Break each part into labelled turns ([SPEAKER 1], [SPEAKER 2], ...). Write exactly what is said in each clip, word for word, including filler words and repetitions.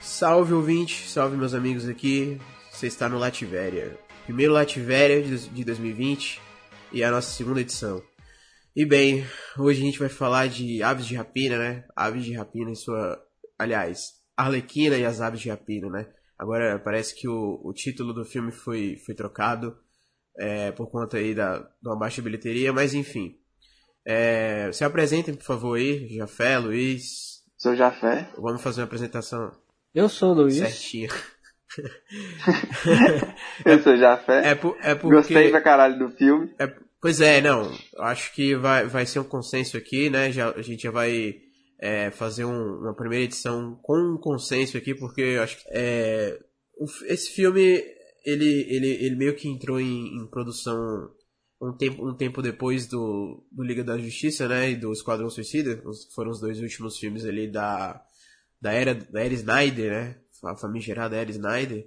[SPEAKER 1] Salve ouvinte, salve meus amigos aqui, você está no Lativéria, primeiro Lativéria de dois mil e vinte e a nossa segunda edição. E bem, hoje a gente vai falar de Aves de Rapina, né? Aves de Rapina em sua... Aliás, Arlequina e as Aves de Rapina, né? Agora parece que o, o título do filme foi, foi trocado é, por conta aí da, de uma baixa bilheteria, mas enfim. É, se apresentem, por favor, aí, Jafé, Luiz.
[SPEAKER 2] Sou Jafé.
[SPEAKER 1] Vamos fazer uma apresentação.
[SPEAKER 3] Eu sou o Luiz.
[SPEAKER 1] Certinho.
[SPEAKER 2] Eu sou Jafé.
[SPEAKER 1] É, por, é porque...
[SPEAKER 2] Gostei pra caralho do filme.
[SPEAKER 1] É, pois é, não. Acho que vai, vai ser um consenso aqui, né? Já, a gente já vai é, fazer um, uma primeira edição com um consenso aqui, porque eu acho que é, esse filme, ele, ele, ele meio que entrou em, em produção um tempo, um tempo depois do, do Liga da Justiça, né? E do Esquadrão Suicida. Os, foram os dois últimos filmes ali da, da, era, da era Snyder, né? A famigerada era Snyder.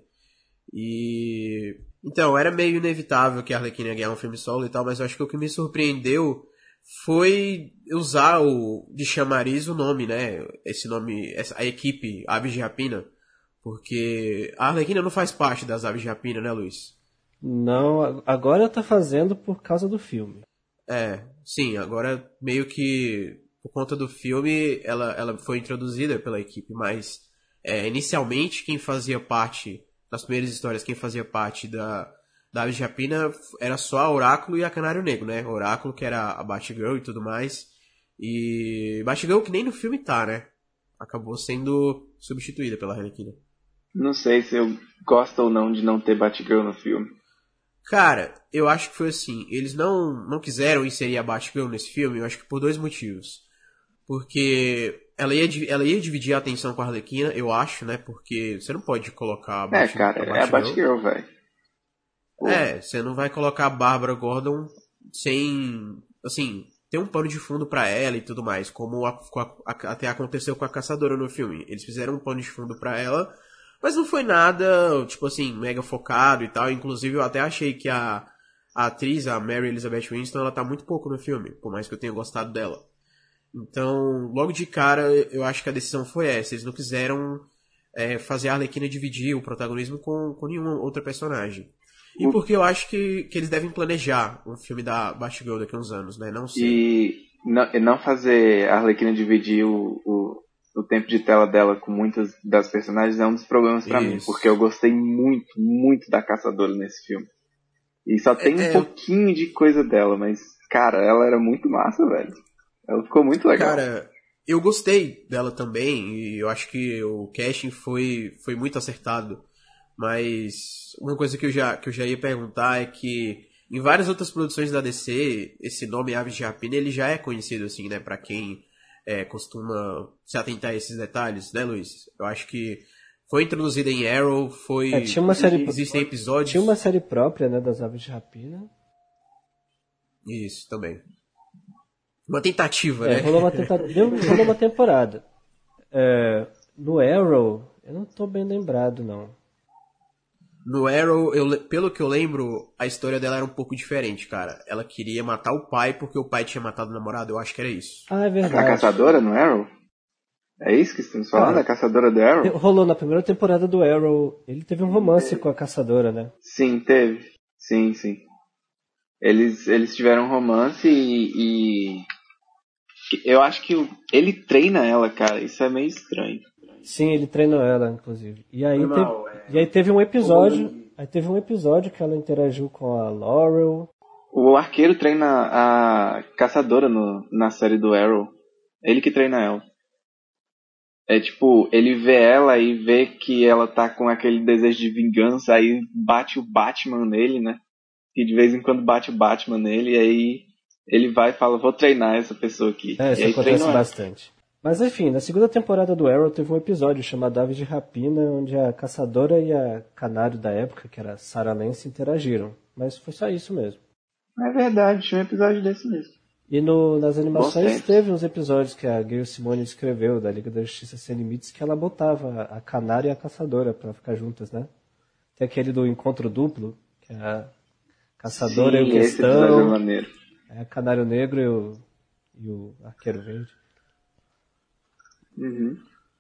[SPEAKER 1] E... Então, era meio inevitável que a Arlequina ia ganhar um filme solo e tal, mas eu acho que o que me surpreendeu foi usar o, de chamariz o nome, né? Esse nome, essa, a equipe Aves de Rapina, porque a Arlequina não faz parte das Aves de Rapina, né, Luiz?
[SPEAKER 3] Não, agora tá fazendo por causa do filme.
[SPEAKER 1] É, sim, agora meio que por conta do filme ela, ela foi introduzida pela equipe, mas é, inicialmente quem fazia parte... nas primeiras histórias, quem fazia parte da, da Aves de Rapina era só a Oráculo e a Canário Negro, né? Oráculo, que era a Batgirl e tudo mais. E Batgirl, que nem no filme tá, né? Acabou sendo substituída pela Arlequina.
[SPEAKER 2] Não sei se eu gosto ou não de não ter Batgirl no filme.
[SPEAKER 1] Cara, eu acho que foi assim. Eles não, não quiseram inserir a Batgirl nesse filme, eu acho que por dois motivos. Porque ela ia, ela ia dividir a atenção com a Arlequina, eu acho, né? Porque você não pode colocar a
[SPEAKER 2] Batgirl. É, cara, é a Batgirl, velho.
[SPEAKER 1] É, você não vai colocar a Bárbara Gordon sem, assim, ter um pano de fundo pra ela e tudo mais, como a, a, a, até aconteceu com a Caçadora no filme. Eles fizeram um pano de fundo pra ela, mas não foi nada, tipo assim, mega focado e tal. Inclusive, eu até achei que a, a atriz, a Mary Elizabeth Winstead, ela tá muito pouco no filme, por mais que eu tenha gostado dela. Então, logo de cara, eu acho que a decisão foi essa. Eles não quiseram é, fazer a Arlequina dividir o protagonismo com, com nenhuma outra personagem. E porque eu acho que, que eles devem planejar um filme da Batgirl daqui a uns anos, né? Não sei.
[SPEAKER 2] E não, não fazer a Arlequina dividir o, o, o tempo de tela dela com muitas das personagens é um dos problemas pra Isso. mim. Porque eu gostei muito, muito da Caçadora nesse filme. E só tem é, um pouquinho eu... de coisa dela, mas, cara, ela era muito massa, velho. Ela ficou muito legal.
[SPEAKER 1] Cara, eu gostei dela também, e eu acho que o casting foi, foi muito acertado. Mas uma coisa que eu, já, que eu já ia perguntar é que em várias outras produções da D C, esse nome Aves de Rapina, ele já é conhecido, assim, né? Pra quem é, costuma se atentar a esses detalhes, né, Luiz? Eu acho que foi introduzida em Arrow, foi...
[SPEAKER 3] É, tinha uma série...
[SPEAKER 1] Existem episódios...
[SPEAKER 3] Tinha uma série própria, né, das Aves de Rapina.
[SPEAKER 1] Isso, também. Uma tentativa,
[SPEAKER 3] é,
[SPEAKER 1] né?
[SPEAKER 3] Rolou uma, tenta... Deu, rolou uma temporada. É, no Arrow, eu não tô bem lembrado, não.
[SPEAKER 1] No Arrow, eu, pelo que eu lembro, a história dela era um pouco diferente, cara. Ela queria matar o pai porque o pai tinha matado o namorado. Eu acho que era isso.
[SPEAKER 3] Ah, é verdade.
[SPEAKER 2] A Caçadora no Arrow? É isso que estamos falando? Ah, a Caçadora do Arrow?
[SPEAKER 3] Rolou na primeira temporada do Arrow. Ele teve um romance é. com a Caçadora, né?
[SPEAKER 2] Sim, teve. Sim, sim. Eles, eles tiveram um romance e, e... Eu acho que ele treina ela, cara. Isso é meio estranho.
[SPEAKER 3] Sim, ele treinou ela, inclusive. E aí, teve, é... e aí teve um episódio. Como... Aí teve um episódio que ela interagiu com a Laurel.
[SPEAKER 2] O arqueiro treina a caçadora no, na série do Arrow. Ele que treina ela. É tipo, ele vê ela e vê que ela tá com aquele desejo de vingança, aí bate o Batman nele, né? E de vez em quando bate o Batman nele, e aí ele vai e fala, vou treinar essa pessoa aqui.
[SPEAKER 3] É,
[SPEAKER 2] e
[SPEAKER 3] isso
[SPEAKER 2] aí
[SPEAKER 3] acontece bastante. Mas enfim, na segunda temporada do Arrow teve um episódio chamado Aves de Rapina, onde a caçadora e a canário da época, que era Sarah Lance, interagiram. Mas foi só isso mesmo.
[SPEAKER 2] É verdade, tinha um episódio desse mesmo.
[SPEAKER 3] E no, nas animações teve uns episódios que a Gayle Simone escreveu, da Liga da Justiça Sem Limites, que ela botava a canário e a caçadora pra ficar juntas, né? Tem aquele do encontro duplo, que é a caçadora
[SPEAKER 2] Sim,
[SPEAKER 3] e o
[SPEAKER 2] esse episódio é
[SPEAKER 3] questão,
[SPEAKER 2] maneiro.
[SPEAKER 3] é a canário negro e o, e o arqueiro verde.
[SPEAKER 2] Uhum.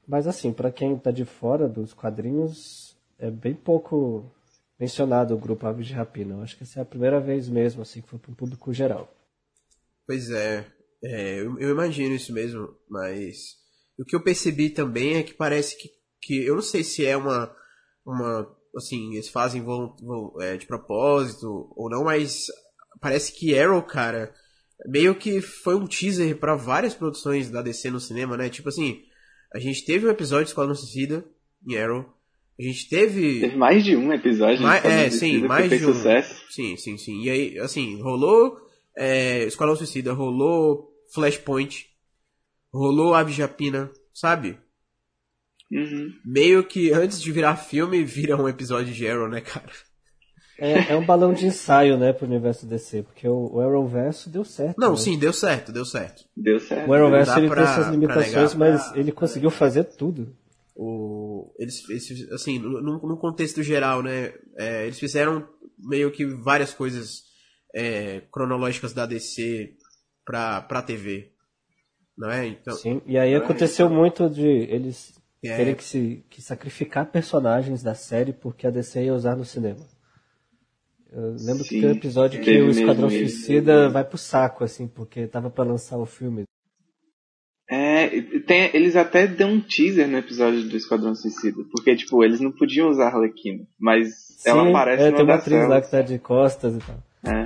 [SPEAKER 3] Mas assim, pra quem tá de fora dos quadrinhos, é bem pouco mencionado o grupo Aves de Rapina. Eu acho que essa é a primeira vez mesmo, assim, que foi pro público geral.
[SPEAKER 1] Pois é, é eu, eu imagino isso mesmo, mas o que eu percebi também é que parece que, que eu não sei se é uma, uma assim, eles fazem vão, vão, é, de propósito ou não, mas parece que Arrow, cara, meio que foi um teaser pra várias produções da D C no cinema, né? Tipo assim, a gente teve um episódio de Esquadrão Suicida em Arrow, a gente teve...
[SPEAKER 2] Teve mais de um episódio
[SPEAKER 1] mais,
[SPEAKER 2] de Esquadrão
[SPEAKER 1] é,
[SPEAKER 2] Suicida
[SPEAKER 1] sim,
[SPEAKER 2] que
[SPEAKER 1] mais
[SPEAKER 2] fez
[SPEAKER 1] de um.
[SPEAKER 2] sucesso.
[SPEAKER 1] Sim, sim, sim. E aí, assim, rolou é, Esquadrão Suicida, rolou Flashpoint, rolou Aves de Rapina, sabe?
[SPEAKER 2] Uhum.
[SPEAKER 1] Meio que antes de virar filme, vira um episódio de Arrow, né, cara?
[SPEAKER 3] É, é um balão de ensaio, né, pro universo D C, porque o, o Arrowverso deu certo.
[SPEAKER 1] Não,
[SPEAKER 3] né?
[SPEAKER 1] sim, deu certo, deu certo.
[SPEAKER 2] Deu certo.
[SPEAKER 3] O Arrowverso
[SPEAKER 1] Dá
[SPEAKER 3] ele
[SPEAKER 1] pra-
[SPEAKER 3] tem suas
[SPEAKER 1] pra
[SPEAKER 3] limitações,
[SPEAKER 1] negar.
[SPEAKER 3] mas ele conseguiu fazer tudo.
[SPEAKER 1] O, eles, eles, assim, no, no contexto geral, né, é, eles fizeram meio que várias coisas é, cronológicas da D C pra, pra T V, não é? Então,
[SPEAKER 3] Sim, e aí aconteceu muito de eles
[SPEAKER 1] É.
[SPEAKER 3] terem que, se, que sacrificar personagens da série porque a D C ia usar no cinema. Eu lembro que
[SPEAKER 2] Sim,
[SPEAKER 3] tem um episódio que
[SPEAKER 2] teve
[SPEAKER 3] o Esquadrão
[SPEAKER 2] mesmo isso.
[SPEAKER 3] Suicida vai pro saco, assim, porque tava pra lançar o filme.
[SPEAKER 2] É, e tem, eles até dão um teaser no episódio do Esquadrão Suicida. Porque, tipo, eles não podiam usar a Arlequina. Mas
[SPEAKER 3] Sim,
[SPEAKER 2] ela aparece
[SPEAKER 3] é,
[SPEAKER 2] numa
[SPEAKER 3] tem uma
[SPEAKER 2] das
[SPEAKER 3] atriz lá
[SPEAKER 2] celas.
[SPEAKER 3] que tá de costas e tal.
[SPEAKER 2] É.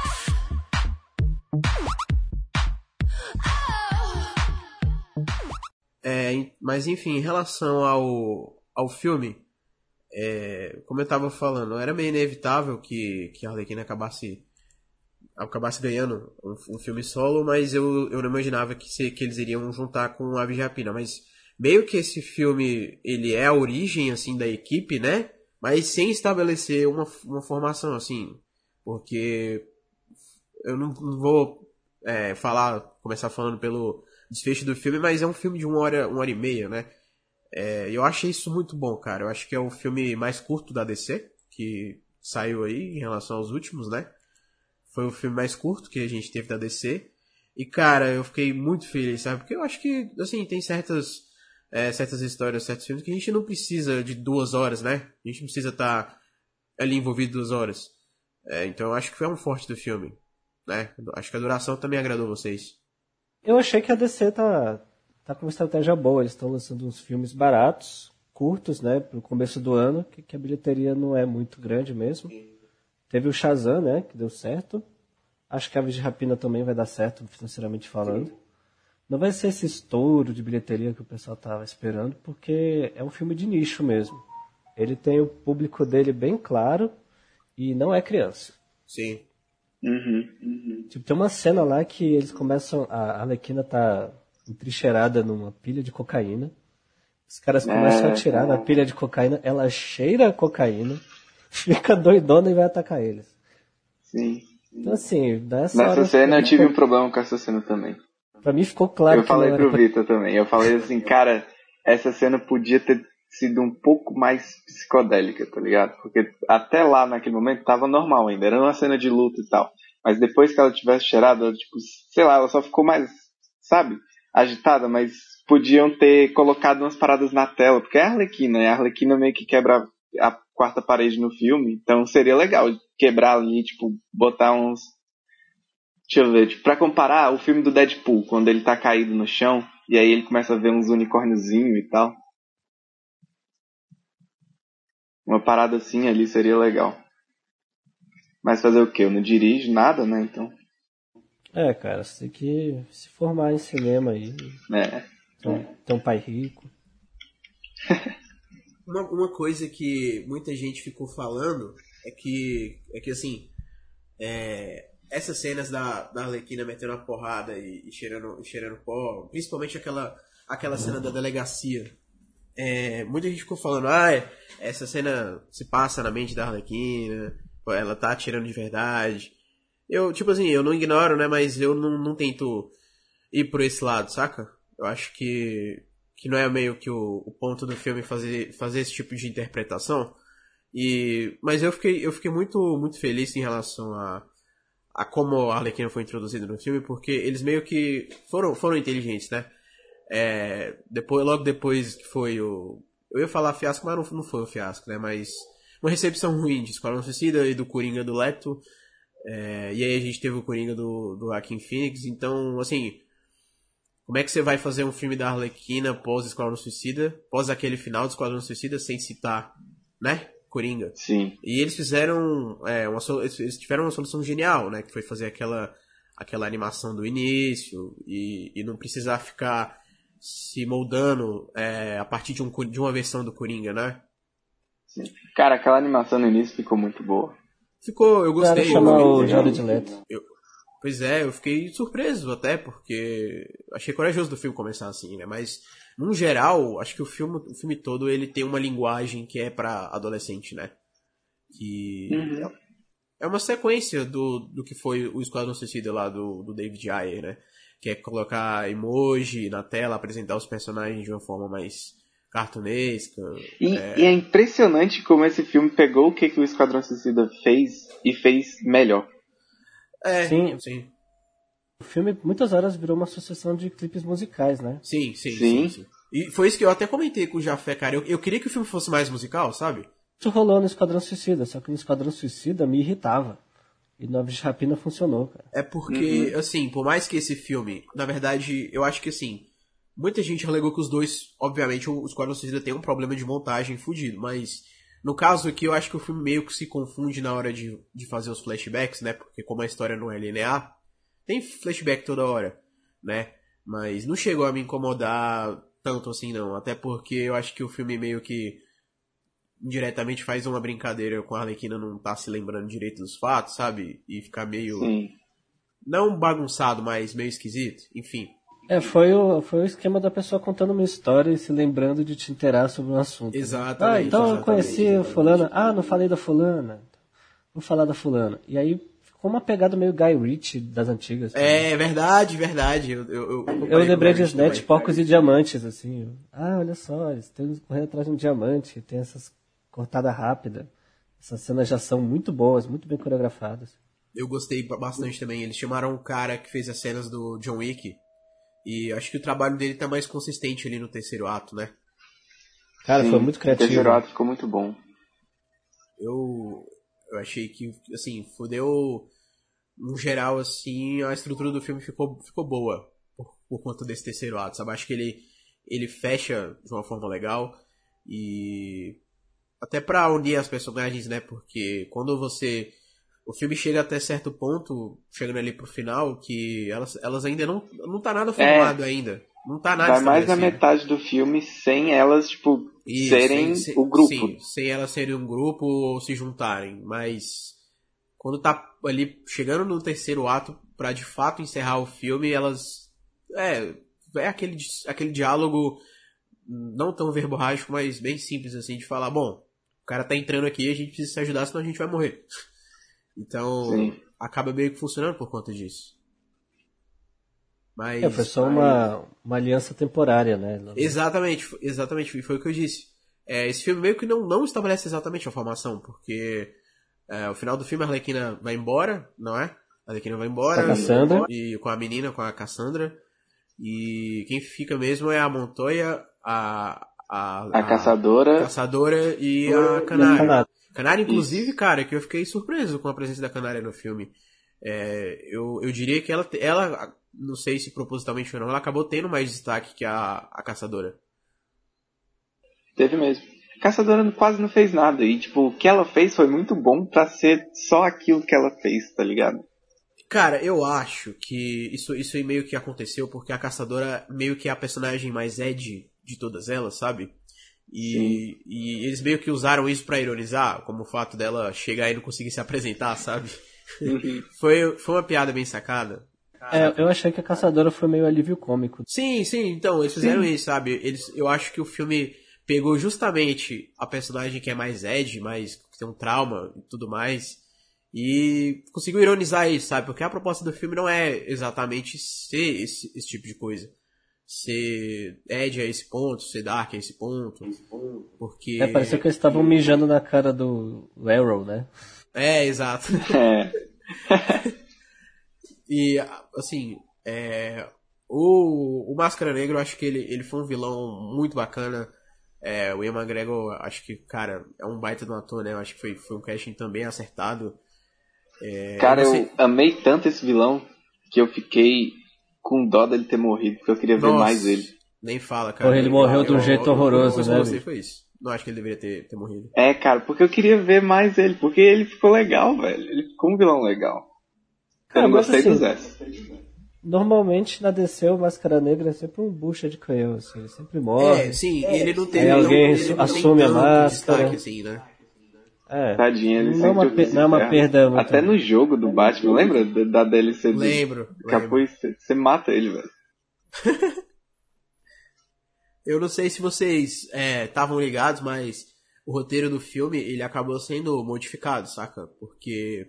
[SPEAKER 1] É, mas enfim, em relação ao, ao filme, é, como eu tava falando, era meio inevitável que, que a Arlequina acabasse, acabasse ganhando um, um filme solo, mas eu, eu não imaginava que, se, que eles iriam juntar com Aves de Rapina. Mas meio que esse filme, ele é a origem, assim, da equipe, né? Mas sem estabelecer uma, uma formação, assim, porque eu não, não vou é, falar, começar falando pelo desfecho do filme, mas é um filme de uma hora, uma hora e meia, né? É, eu achei isso muito bom, cara. Eu acho que é o filme mais curto da D C, que saiu aí em relação aos últimos, né? Foi o filme mais curto que a gente teve da D C. E, cara, eu fiquei muito feliz, sabe? Porque eu acho que, assim, tem certas, é, certas histórias, certos filmes que a gente não precisa de duas horas, né? A gente não precisa estar ali envolvido duas horas. É, então eu acho que foi um forte do filme, né? Acho que a duração também agradou vocês.
[SPEAKER 3] Eu achei que a D C tá, tá com uma estratégia boa. Eles estão lançando uns filmes baratos, curtos, né, pro começo do ano, que, que a bilheteria não é muito grande mesmo. Teve o Shazam, né, que deu certo. Acho que a Aves de Rapina também vai dar certo, financeiramente falando. Não vai ser esse estouro de bilheteria que o pessoal tava esperando, porque é um filme de nicho mesmo. Ele tem o público dele bem claro e não é criança.
[SPEAKER 1] Sim.
[SPEAKER 2] Uhum, uhum.
[SPEAKER 3] Tipo, tem uma cena lá que eles começam... A Arlequina tá entrincheirada numa pilha de cocaína. Os caras começam
[SPEAKER 2] É,
[SPEAKER 3] a atirar na pilha de cocaína. Ela cheira a cocaína, fica doidona e vai atacar eles.
[SPEAKER 2] Sim.
[SPEAKER 3] Então, assim, nessa,
[SPEAKER 2] Nessa
[SPEAKER 3] hora...
[SPEAKER 2] cena eu tive
[SPEAKER 3] ficou-
[SPEAKER 2] um problema com essa cena também.
[SPEAKER 3] Pra mim ficou claro
[SPEAKER 2] Eu
[SPEAKER 3] que
[SPEAKER 2] falei
[SPEAKER 3] não
[SPEAKER 2] pro
[SPEAKER 3] era...
[SPEAKER 2] Vitor também. Eu falei assim, cara, essa cena podia ter sido um pouco mais psicodélica, tá ligado? Porque até lá, naquele momento, tava normal ainda. Era uma cena de luta e tal. Mas depois que ela tivesse cheirado, ela, tipo, sei lá, ela só ficou mais, sabe, agitada, mas podiam ter colocado umas paradas na tela, porque é a Arlequina, né? A Arlequina meio que quebra a quarta parede no filme, então seria legal quebrar ali, tipo, botar uns... Deixa eu ver, tipo, pra comparar o filme do Deadpool, quando ele tá caído no chão, e aí ele começa a ver uns unicórniozinhos e tal. Uma parada assim ali seria legal. Mas fazer o quê? Eu não dirijo nada, né? Então.
[SPEAKER 3] É, cara, você tem que se formar em cinema aí.
[SPEAKER 2] É.
[SPEAKER 3] Ter, ter um pai rico.
[SPEAKER 1] Uma, uma coisa que muita gente ficou falando é que, é que assim, é, essas cenas da, da Arlequina metendo a porrada e, e cheirando, cheirando pó, principalmente aquela, aquela cena da delegacia, é, muita gente ficou falando, ah, essa cena se passa na mente da Arlequina, ela tá atirando de verdade. Eu, tipo assim, eu não ignoro, né, mas eu não, não tento ir por esse lado, saca? Eu acho que, que não é meio que o, o ponto do filme fazer, fazer esse tipo de interpretação. E, mas eu fiquei, eu fiquei muito, muito feliz em relação a, a como a Arlequina foi introduzida no filme, porque eles meio que foram, foram inteligentes, né? É, depois, logo depois que foi o... Eu ia falar fiasco, mas não, não foi um fiasco, né? Mas uma recepção ruim de Esquadrão Suicida e do Coringa do Leto. É, e aí a gente teve o Coringa do, do Joaquin Phoenix. Então, assim, como é que você vai fazer um filme da Arlequina pós Esquadrão Suicida, pós aquele final do Esquadrão Suicida, sem citar, né? Coringa.
[SPEAKER 2] Sim.
[SPEAKER 1] E eles fizeram é, uma, eles tiveram uma solução genial, né? Que foi fazer aquela, aquela animação do início e, e não precisar ficar se moldando é, a partir de, um, de uma versão do Coringa, né?
[SPEAKER 2] Sim. Cara, aquela animação no início ficou muito boa.
[SPEAKER 1] Ficou, eu gostei.
[SPEAKER 3] Cara, chamar o Jared Leto.
[SPEAKER 1] Eu, pois é, eu fiquei surpreso até, porque achei corajoso do filme começar assim, né? Mas, no geral, acho que o filme, o filme todo ele tem uma linguagem que é pra adolescente, né? Que
[SPEAKER 2] uhum.
[SPEAKER 1] é uma sequência do, do que foi o Esquadrão Suicida lá do, do David Ayer, né? Que é colocar emoji na tela, apresentar os personagens de uma forma mais cartunesca.
[SPEAKER 2] E
[SPEAKER 1] é...
[SPEAKER 2] e é impressionante como esse filme pegou o que, que o Esquadrão Suicida fez e fez melhor.
[SPEAKER 1] É,
[SPEAKER 3] sim.
[SPEAKER 1] sim.
[SPEAKER 3] O filme, muitas horas, virou uma sucessão de clipes musicais, né?
[SPEAKER 1] Sim, sim,
[SPEAKER 2] sim.
[SPEAKER 1] sim, sim. E foi isso que eu até comentei com o Jafé, cara. Eu, eu queria que o filme fosse mais musical, sabe?
[SPEAKER 3] Isso rolou no Esquadrão Suicida, só que no Esquadrão Suicida me irritava. E no Aves de Rapina funcionou, cara.
[SPEAKER 1] É porque,
[SPEAKER 2] uhum.
[SPEAKER 1] assim, por mais que esse filme, na verdade, eu acho que, assim, muita gente alegou que os dois, obviamente, o Esquadrão Suicida tem um problema de montagem fudido, mas no caso aqui eu acho que o filme meio que se confunde na hora de, de fazer os flashbacks, né? Porque como a história não é linear, tem flashback toda hora, né? Mas não chegou a me incomodar tanto assim, não. Até porque eu acho que o filme meio que indiretamente faz uma brincadeira com a Arlequina não tá se lembrando direito dos fatos, sabe? E ficar meio...
[SPEAKER 2] Sim.
[SPEAKER 1] Não bagunçado, mas meio esquisito. Enfim.
[SPEAKER 3] É, foi o, foi o esquema da pessoa contando uma história e se lembrando de te inteirar sobre um assunto.
[SPEAKER 1] Exatamente.
[SPEAKER 3] Né? Ah, então
[SPEAKER 1] exatamente,
[SPEAKER 3] eu conheci a fulana. Ah, não falei da fulana. Vou falar da fulana. E aí ficou uma pegada meio Guy Ritchie das antigas.
[SPEAKER 1] É, verdade, verdade. Eu, eu, eu,
[SPEAKER 3] eu lembrei de Snatch, Porcos e Diamantes, assim. Ah, olha só, eles estão correndo atrás de um diamante, tem essas cortadas rápidas. Essas cenas já são muito boas, muito bem coreografadas.
[SPEAKER 1] Eu gostei bastante também. Eles chamaram o cara que fez as cenas do John Wick. E acho que o trabalho dele tá mais consistente ali no terceiro ato, né?
[SPEAKER 3] Cara,
[SPEAKER 2] Sim,
[SPEAKER 3] foi muito criativo.
[SPEAKER 2] O terceiro ato ficou muito bom.
[SPEAKER 1] Eu, eu achei que, assim, fodeu... No geral, assim, a estrutura do filme ficou, ficou boa. Por, por conta desse terceiro ato, sabe? Acho que ele, ele fecha de uma forma legal. E... Até pra unir as personagens, né? Porque quando você... O filme chega até certo ponto, chegando ali pro final, que elas, elas ainda não... Não tá nada formado é, ainda. Não tá nada
[SPEAKER 2] vai mais da metade do filme sem elas, tipo,
[SPEAKER 1] Isso,
[SPEAKER 2] serem
[SPEAKER 1] sem,
[SPEAKER 2] o grupo.
[SPEAKER 1] Sim, sem elas serem um grupo ou se juntarem. Mas quando tá ali chegando no terceiro ato, pra de fato encerrar o filme, elas... É, é aquele, aquele diálogo não tão verborrágico, mas bem simples, assim, de falar, bom, o cara tá entrando aqui, a gente precisa se ajudar, senão a gente vai morrer. Então, Sim. acaba meio que funcionando por conta disso. Mas,
[SPEAKER 3] é, foi só uma, uma aliança temporária, né?
[SPEAKER 1] Exatamente, exatamente, foi o que eu disse. É, esse filme meio que não, não estabelece exatamente a formação, porque é, o final do filme a Arlequina vai embora, não é? A Arlequina vai embora.
[SPEAKER 3] Com a Cassandra.
[SPEAKER 1] E, com a menina, com a Cassandra. E quem fica mesmo é a Montoya, a... A,
[SPEAKER 2] a, a caçadora.
[SPEAKER 1] caçadora e a Canária. Canária, inclusive, Isso. cara, que eu fiquei surpreso com a presença da Canária no filme. É, eu, eu diria que ela, ela, não sei se propositalmente ou não, ela acabou tendo mais destaque que a, a Caçadora.
[SPEAKER 2] Teve mesmo. A Caçadora quase não fez nada. E, tipo, o que ela fez foi muito bom pra ser só aquilo que ela fez, tá ligado?
[SPEAKER 1] Cara, eu acho que isso, isso aí meio que aconteceu porque a Caçadora meio que é a personagem mais Ed de todas elas, sabe? E, e eles meio que usaram isso pra ironizar, como o fato dela chegar e não conseguir se apresentar, sabe?
[SPEAKER 2] Uhum.
[SPEAKER 1] foi, foi uma piada bem sacada.
[SPEAKER 3] É, eu achei que a Caçadora foi meio alívio cômico.
[SPEAKER 1] Sim, sim, então, eles fizeram
[SPEAKER 2] sim.
[SPEAKER 1] isso, sabe? Eles, eu acho que o filme pegou justamente a personagem que é mais Ed, mais, que tem um trauma e tudo mais, e conseguiu ironizar isso, sabe? Porque a proposta do filme não é exatamente ser esse, esse tipo de coisa. Ser Ed a esse ponto, ser Dark a esse ponto. Porque...
[SPEAKER 3] É, parecia que eles estavam mijando na cara do Arrow, né?
[SPEAKER 1] É, exato.
[SPEAKER 2] É.
[SPEAKER 1] E, assim, é, O, o Máscara Negra, eu acho que ele, ele foi um vilão muito bacana. É, o Ian McGregor, acho que, cara, é um baita de um ator, né? Eu acho que foi, foi um casting também acertado. É,
[SPEAKER 2] cara,
[SPEAKER 1] eu,
[SPEAKER 2] eu amei tanto esse vilão que eu fiquei com dó dele ter morrido, porque eu queria ver
[SPEAKER 1] Nossa,
[SPEAKER 2] mais ele.
[SPEAKER 1] Nem fala, cara.
[SPEAKER 3] Ou ele morreu de um jeito horroroso, né?
[SPEAKER 1] Eu gostei foi isso. Não acho que ele deveria ter, ter morrido.
[SPEAKER 2] É, cara, porque eu queria ver mais ele, porque ele ficou legal, velho. Ele ficou um vilão legal.
[SPEAKER 3] Cara,
[SPEAKER 2] eu não gostei
[SPEAKER 3] assim,
[SPEAKER 2] do Zé.
[SPEAKER 3] Normalmente na D C o Máscara Negra é sempre um bucha de canhão, assim, ele sempre morre.
[SPEAKER 1] É, sim, é, ele não tem...
[SPEAKER 3] Aí alguém
[SPEAKER 1] ele não
[SPEAKER 3] assume
[SPEAKER 1] tem
[SPEAKER 3] a máscara.
[SPEAKER 1] Destaque, assim, né?
[SPEAKER 3] É,
[SPEAKER 2] Tadinho, ele
[SPEAKER 3] não, é uma, per- não é uma perda muito...
[SPEAKER 2] Até no jogo do Batman, lembra da D L C do
[SPEAKER 1] Lembro,
[SPEAKER 2] Capuz? Você mata ele, velho.
[SPEAKER 1] Eu não sei se vocês estavam é, ligados, mas o roteiro do filme ele acabou sendo modificado, saca? Porque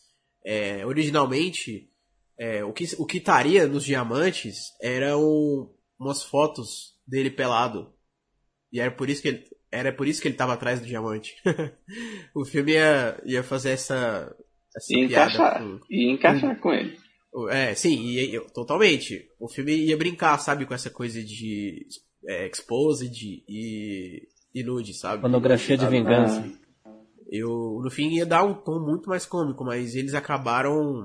[SPEAKER 1] é, originalmente é, o que o que estaria nos diamantes eram umas fotos dele pelado. E era por isso que ele era por isso que ele estava atrás do diamante. O filme ia, ia fazer essa, essa
[SPEAKER 2] e encaixar, com, e encaixar com, com ele.
[SPEAKER 1] É, sim, e, e, totalmente. O filme ia brincar, sabe, com essa coisa de é, exposed e, e nude, sabe?
[SPEAKER 3] Pornografia de vingança.
[SPEAKER 1] Eu, no fim, ia dar um tom muito mais cômico, mas eles acabaram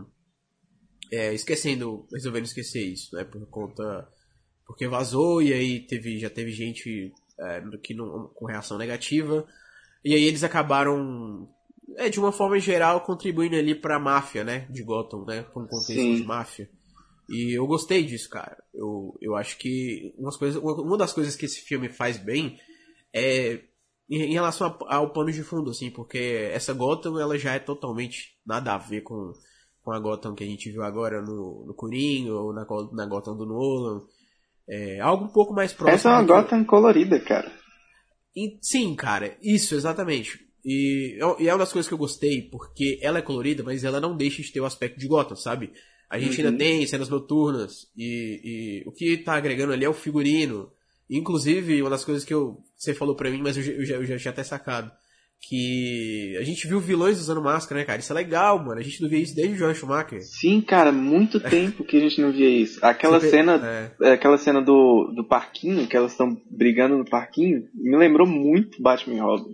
[SPEAKER 1] é, esquecendo, resolvendo esquecer isso, né? Por conta... Porque vazou e aí teve, já teve gente é, que não, com reação negativa. E aí eles acabaram, é, de uma forma geral, contribuindo ali pra máfia, né? De Gotham, né? Pra um contexto Sim. de máfia. E eu gostei disso, cara. Eu, eu acho que umas coisas, uma das coisas que esse filme faz bem é em relação ao pano de fundo, assim, porque essa Gotham, ela já é totalmente nada a ver com, com a Gotham que a gente viu agora no, no Coringa ou na, na Gotham do Nolan. É algo um pouco mais próximo.
[SPEAKER 2] Essa é uma Gotham que... colorida, cara.
[SPEAKER 1] E, sim, cara, isso, exatamente. E, e é uma das coisas que eu gostei, porque ela é colorida, mas ela não deixa de ter o aspecto de Gotham, sabe? A gente uhum. ainda tem cenas noturnas, e, e o que tá agregando ali é o figurino. Inclusive, uma das coisas que eu, você falou pra mim, mas eu, eu, já, eu já tinha até sacado, que a gente viu vilões usando máscara, né, cara? Isso é legal, mano. A gente não via isso desde o Joel Schumacher.
[SPEAKER 2] Sim, cara, muito tempo que a gente não via isso. Aquela Super, cena, é. aquela cena do, do parquinho, que elas estão brigando no parquinho, me lembrou muito Batman e Robin.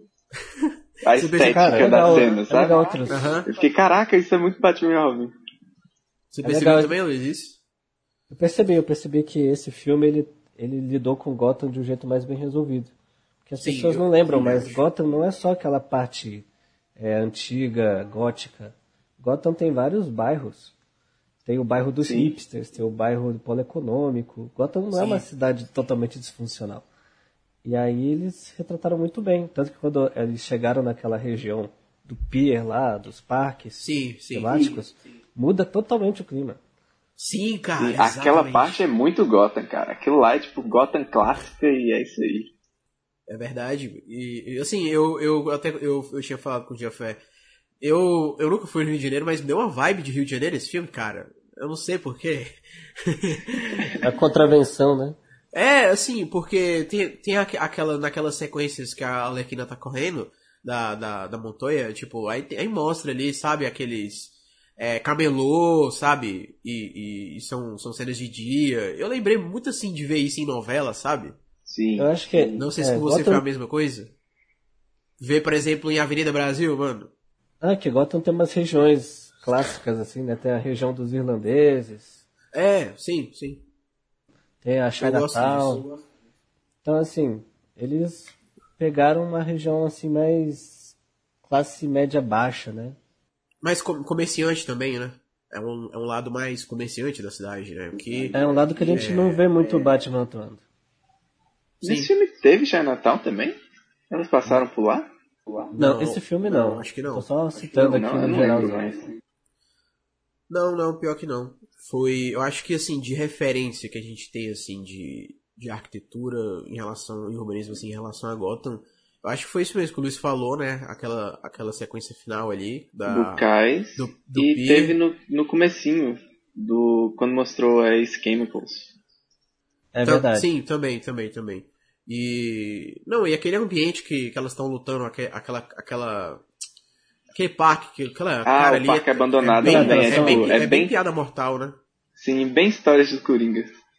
[SPEAKER 2] A estética cara, da legal, cena, sabe?
[SPEAKER 3] Uhum.
[SPEAKER 2] Eu fiquei, caraca, isso é muito Batman e Robin.
[SPEAKER 1] Você é percebeu legal. também, Luiz, isso?
[SPEAKER 3] Eu percebi, eu percebi que esse filme, ele, ele lidou com Gotham de um jeito mais bem resolvido. Porque as Sim, pessoas não lembram, eu, mas Gotham não é só aquela parte é, antiga, gótica. Gotham tem vários bairros. Tem o bairro dos Sim. hipsters, tem o bairro do polo econômico. Gotham não Sim. é uma cidade totalmente disfuncional. E aí eles retrataram muito bem. Tanto que quando eles chegaram naquela região do pier lá, dos parques
[SPEAKER 1] sim, sim,
[SPEAKER 3] temáticos, sim. muda totalmente o clima.
[SPEAKER 1] Sim, cara. Sim,
[SPEAKER 2] aquela parte é muito Gotham, cara. Aquilo lá é tipo Gotham clássica e é isso aí.
[SPEAKER 1] É verdade. E, assim, eu, eu até eu, eu tinha falado com o Jafé. Eu, eu nunca fui no Rio de Janeiro, mas me deu uma vibe de Rio de Janeiro esse filme, cara. Eu não sei porquê.
[SPEAKER 3] A contravenção, né?
[SPEAKER 1] É, assim, porque tem, tem aquela, naquelas sequências que a Arlequina tá correndo da, da, da Montoya, tipo, aí, aí mostra ali, sabe, aqueles é, camelô, sabe? E, e, e são, são cenas de dia. Eu lembrei muito, assim, de ver isso em novela, sabe?
[SPEAKER 2] Sim.
[SPEAKER 3] Eu acho que...
[SPEAKER 1] Não sei se é, com você Gotham... foi a mesma coisa. Ver, por exemplo, em Avenida Brasil, mano.
[SPEAKER 3] Ah, que Gotham tem umas regiões clássicas, assim, né? Tem a região dos irlandeses.
[SPEAKER 1] É, sim, sim.
[SPEAKER 3] Tem a Chinatown. Então, assim, eles pegaram uma região, assim, mais classe média baixa, né?
[SPEAKER 1] Mais comerciante também, né? É um, é um lado mais comerciante da cidade, né? Que,
[SPEAKER 3] é um lado que a gente é, não vê muito o é... Batman atuando.
[SPEAKER 2] Nesse filme teve Chinatown também? Elas passaram por lá?
[SPEAKER 3] Não, não, esse filme não.
[SPEAKER 1] não. Acho que não.
[SPEAKER 3] Tô só citando aqui no geral.
[SPEAKER 1] Não, não, pior que não. Foi, eu acho que, assim, de referência que a gente tem, assim, de, de arquitetura em relação, em urbanismo, assim, em relação a Gotham, eu acho que foi isso mesmo que o Luiz falou, né? Aquela, aquela sequência final ali. Da,
[SPEAKER 2] do Cais.
[SPEAKER 1] Do, do
[SPEAKER 2] e
[SPEAKER 1] Pier.
[SPEAKER 2] Teve no, no comecinho, do, quando mostrou as Chemicals.
[SPEAKER 3] É verdade.
[SPEAKER 1] Sim, também, também, também. E, não, e aquele ambiente que, que elas estão lutando, aquela, aquela, aquele parque, aquela
[SPEAKER 2] ah,
[SPEAKER 1] cara
[SPEAKER 2] o
[SPEAKER 1] ali.
[SPEAKER 2] parque
[SPEAKER 1] é,
[SPEAKER 2] abandonado
[SPEAKER 1] é bem,
[SPEAKER 2] também.
[SPEAKER 1] É,
[SPEAKER 2] é,
[SPEAKER 1] bem,
[SPEAKER 2] tipo,
[SPEAKER 1] é,
[SPEAKER 2] é
[SPEAKER 1] bem,
[SPEAKER 2] bem
[SPEAKER 1] piada mortal, né?
[SPEAKER 2] Sim, bem histórias do Coringa.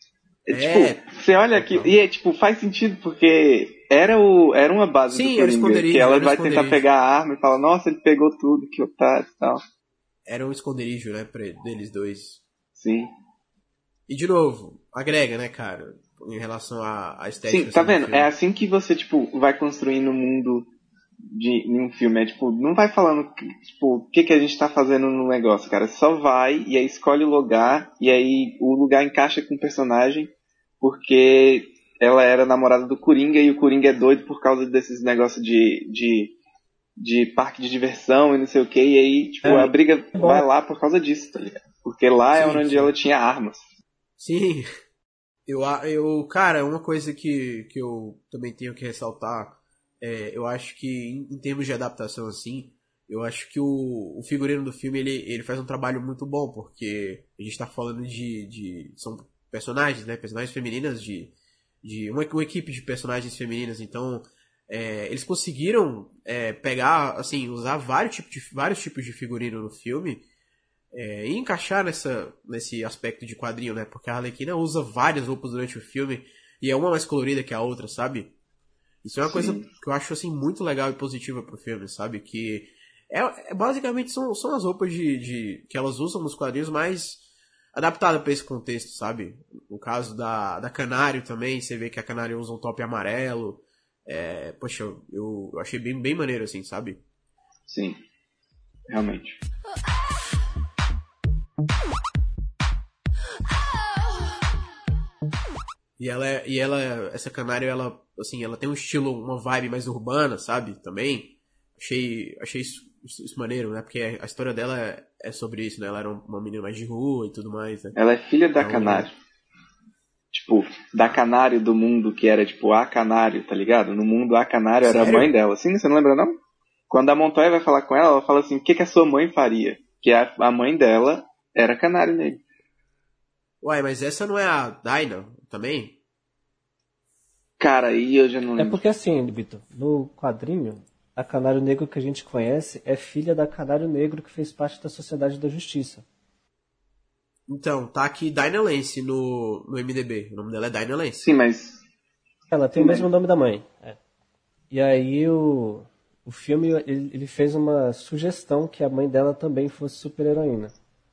[SPEAKER 2] É, tipo, você olha aqui e é, tipo, faz sentido porque era, o, era uma base
[SPEAKER 1] Sim,
[SPEAKER 2] do Coringa, que ela vai tentar pegar a arma e fala, nossa, ele pegou tudo, que otário e tal.
[SPEAKER 1] Era um esconderijo, né, pra deles dois.
[SPEAKER 2] Sim.
[SPEAKER 1] E de novo, agrega, né, cara, em relação à, à estética.
[SPEAKER 2] Sim, tá
[SPEAKER 1] assim,
[SPEAKER 2] vendo? É assim que você, tipo, vai construindo o mundo de em um filme. É tipo, não vai falando, tipo, o que, que a gente tá fazendo no negócio, cara. Só vai e aí escolhe o lugar e aí o lugar encaixa com o personagem porque ela era namorada do Coringa e o Coringa é doido por causa desses negócios de, de, de parque de diversão e não sei o que. E aí, tipo, é, a briga é vai lá por causa disso, tá ligado? Porque lá sim, é onde sim. ela tinha armas.
[SPEAKER 1] Sim. Eu, eu, cara, uma coisa que, que eu também tenho que ressaltar, é, eu acho que em, em termos de adaptação, assim, eu acho que o, o figurino do filme, ele, ele faz um trabalho muito bom, porque a gente tá falando de, de são personagens, né, personagens femininas, de, de uma, uma equipe de personagens femininas, então, é, eles conseguiram é, pegar, assim, usar vários tipos de, vários tipos de figurino no filme, É, e encaixar nessa, nesse aspecto de quadrinho, né? Porque a Arlequina usa várias roupas durante o filme e é uma mais colorida que a outra, sabe? Isso é uma Sim. coisa que eu acho, assim, muito legal e positiva pro filme, sabe? Que é, é basicamente são, são as roupas de, de, que elas usam nos quadrinhos, mas adaptada para esse contexto, sabe? No caso da, da Canário também, você vê que a Canário usa um top amarelo. É, poxa, eu, eu achei bem, bem maneiro, assim, sabe?
[SPEAKER 2] Sim, realmente.
[SPEAKER 1] E ela, é, e ela, essa Canário, ela, assim, ela tem um estilo, uma vibe mais urbana, sabe? Também. Achei, achei isso, isso maneiro, né? Porque a história dela é, é sobre isso, né? Ela era uma menina mais de rua e tudo mais, né?
[SPEAKER 2] Ela é filha da então, Canário. Tipo, da Canário do mundo que era, tipo, a Canário, tá ligado? No mundo, a Canário era Sério? a mãe dela. Assim, você não lembra, não? Quando a Montoya vai falar com ela, ela fala assim, o que, que a sua mãe faria? Que a, a mãe dela era Canário nele.
[SPEAKER 1] Uai, mas essa não é a Dinah também?
[SPEAKER 2] Cara, aí eu já não lembro.
[SPEAKER 3] É porque assim, Vitor, no quadrinho, a Canário Negro que a gente conhece é filha da Canário Negro que fez parte da Sociedade da Justiça.
[SPEAKER 1] Então, tá aqui Dinah Lance no, no M D B. O nome dela é Dinah Lance.
[SPEAKER 2] Sim, mas...
[SPEAKER 3] Ela tem Sim, o mesmo mas... nome da mãe. É. E aí o, o filme, ele, ele fez uma sugestão que a mãe dela também fosse super-heroína.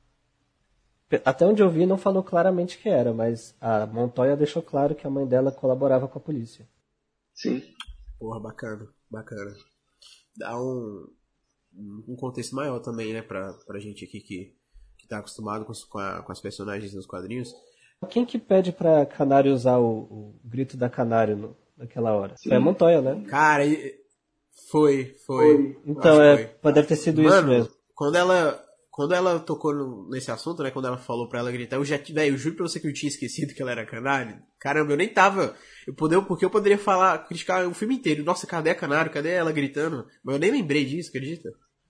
[SPEAKER 3] Até onde eu vi não falou claramente que era, mas a Montoya deixou claro que a mãe dela colaborava com a polícia.
[SPEAKER 2] Sim.
[SPEAKER 1] Porra, bacana, bacana. Dá um, um contexto maior também, né, pra, pra gente aqui que, que tá acostumado com, com, a, com as personagens nos quadrinhos.
[SPEAKER 3] Quem que pede pra Canário usar o, o grito da Canário no, naquela hora? Sim. Foi a Montoya, né?
[SPEAKER 1] Cara, foi, foi. foi.
[SPEAKER 3] Então, é, foi. Deve ter sido
[SPEAKER 1] Mano,
[SPEAKER 3] isso mesmo.
[SPEAKER 1] Quando ela... Quando ela tocou no, nesse assunto, né? Quando ela falou pra ela gritar, eu já velho, eu juro pra você que eu tinha esquecido que ela era Canário. Caramba, eu nem tava. Eu poder, porque eu poderia falar, criticar o filme inteiro. Nossa, cadê a Canário? Cadê ela gritando? Mas eu nem lembrei disso, acredita?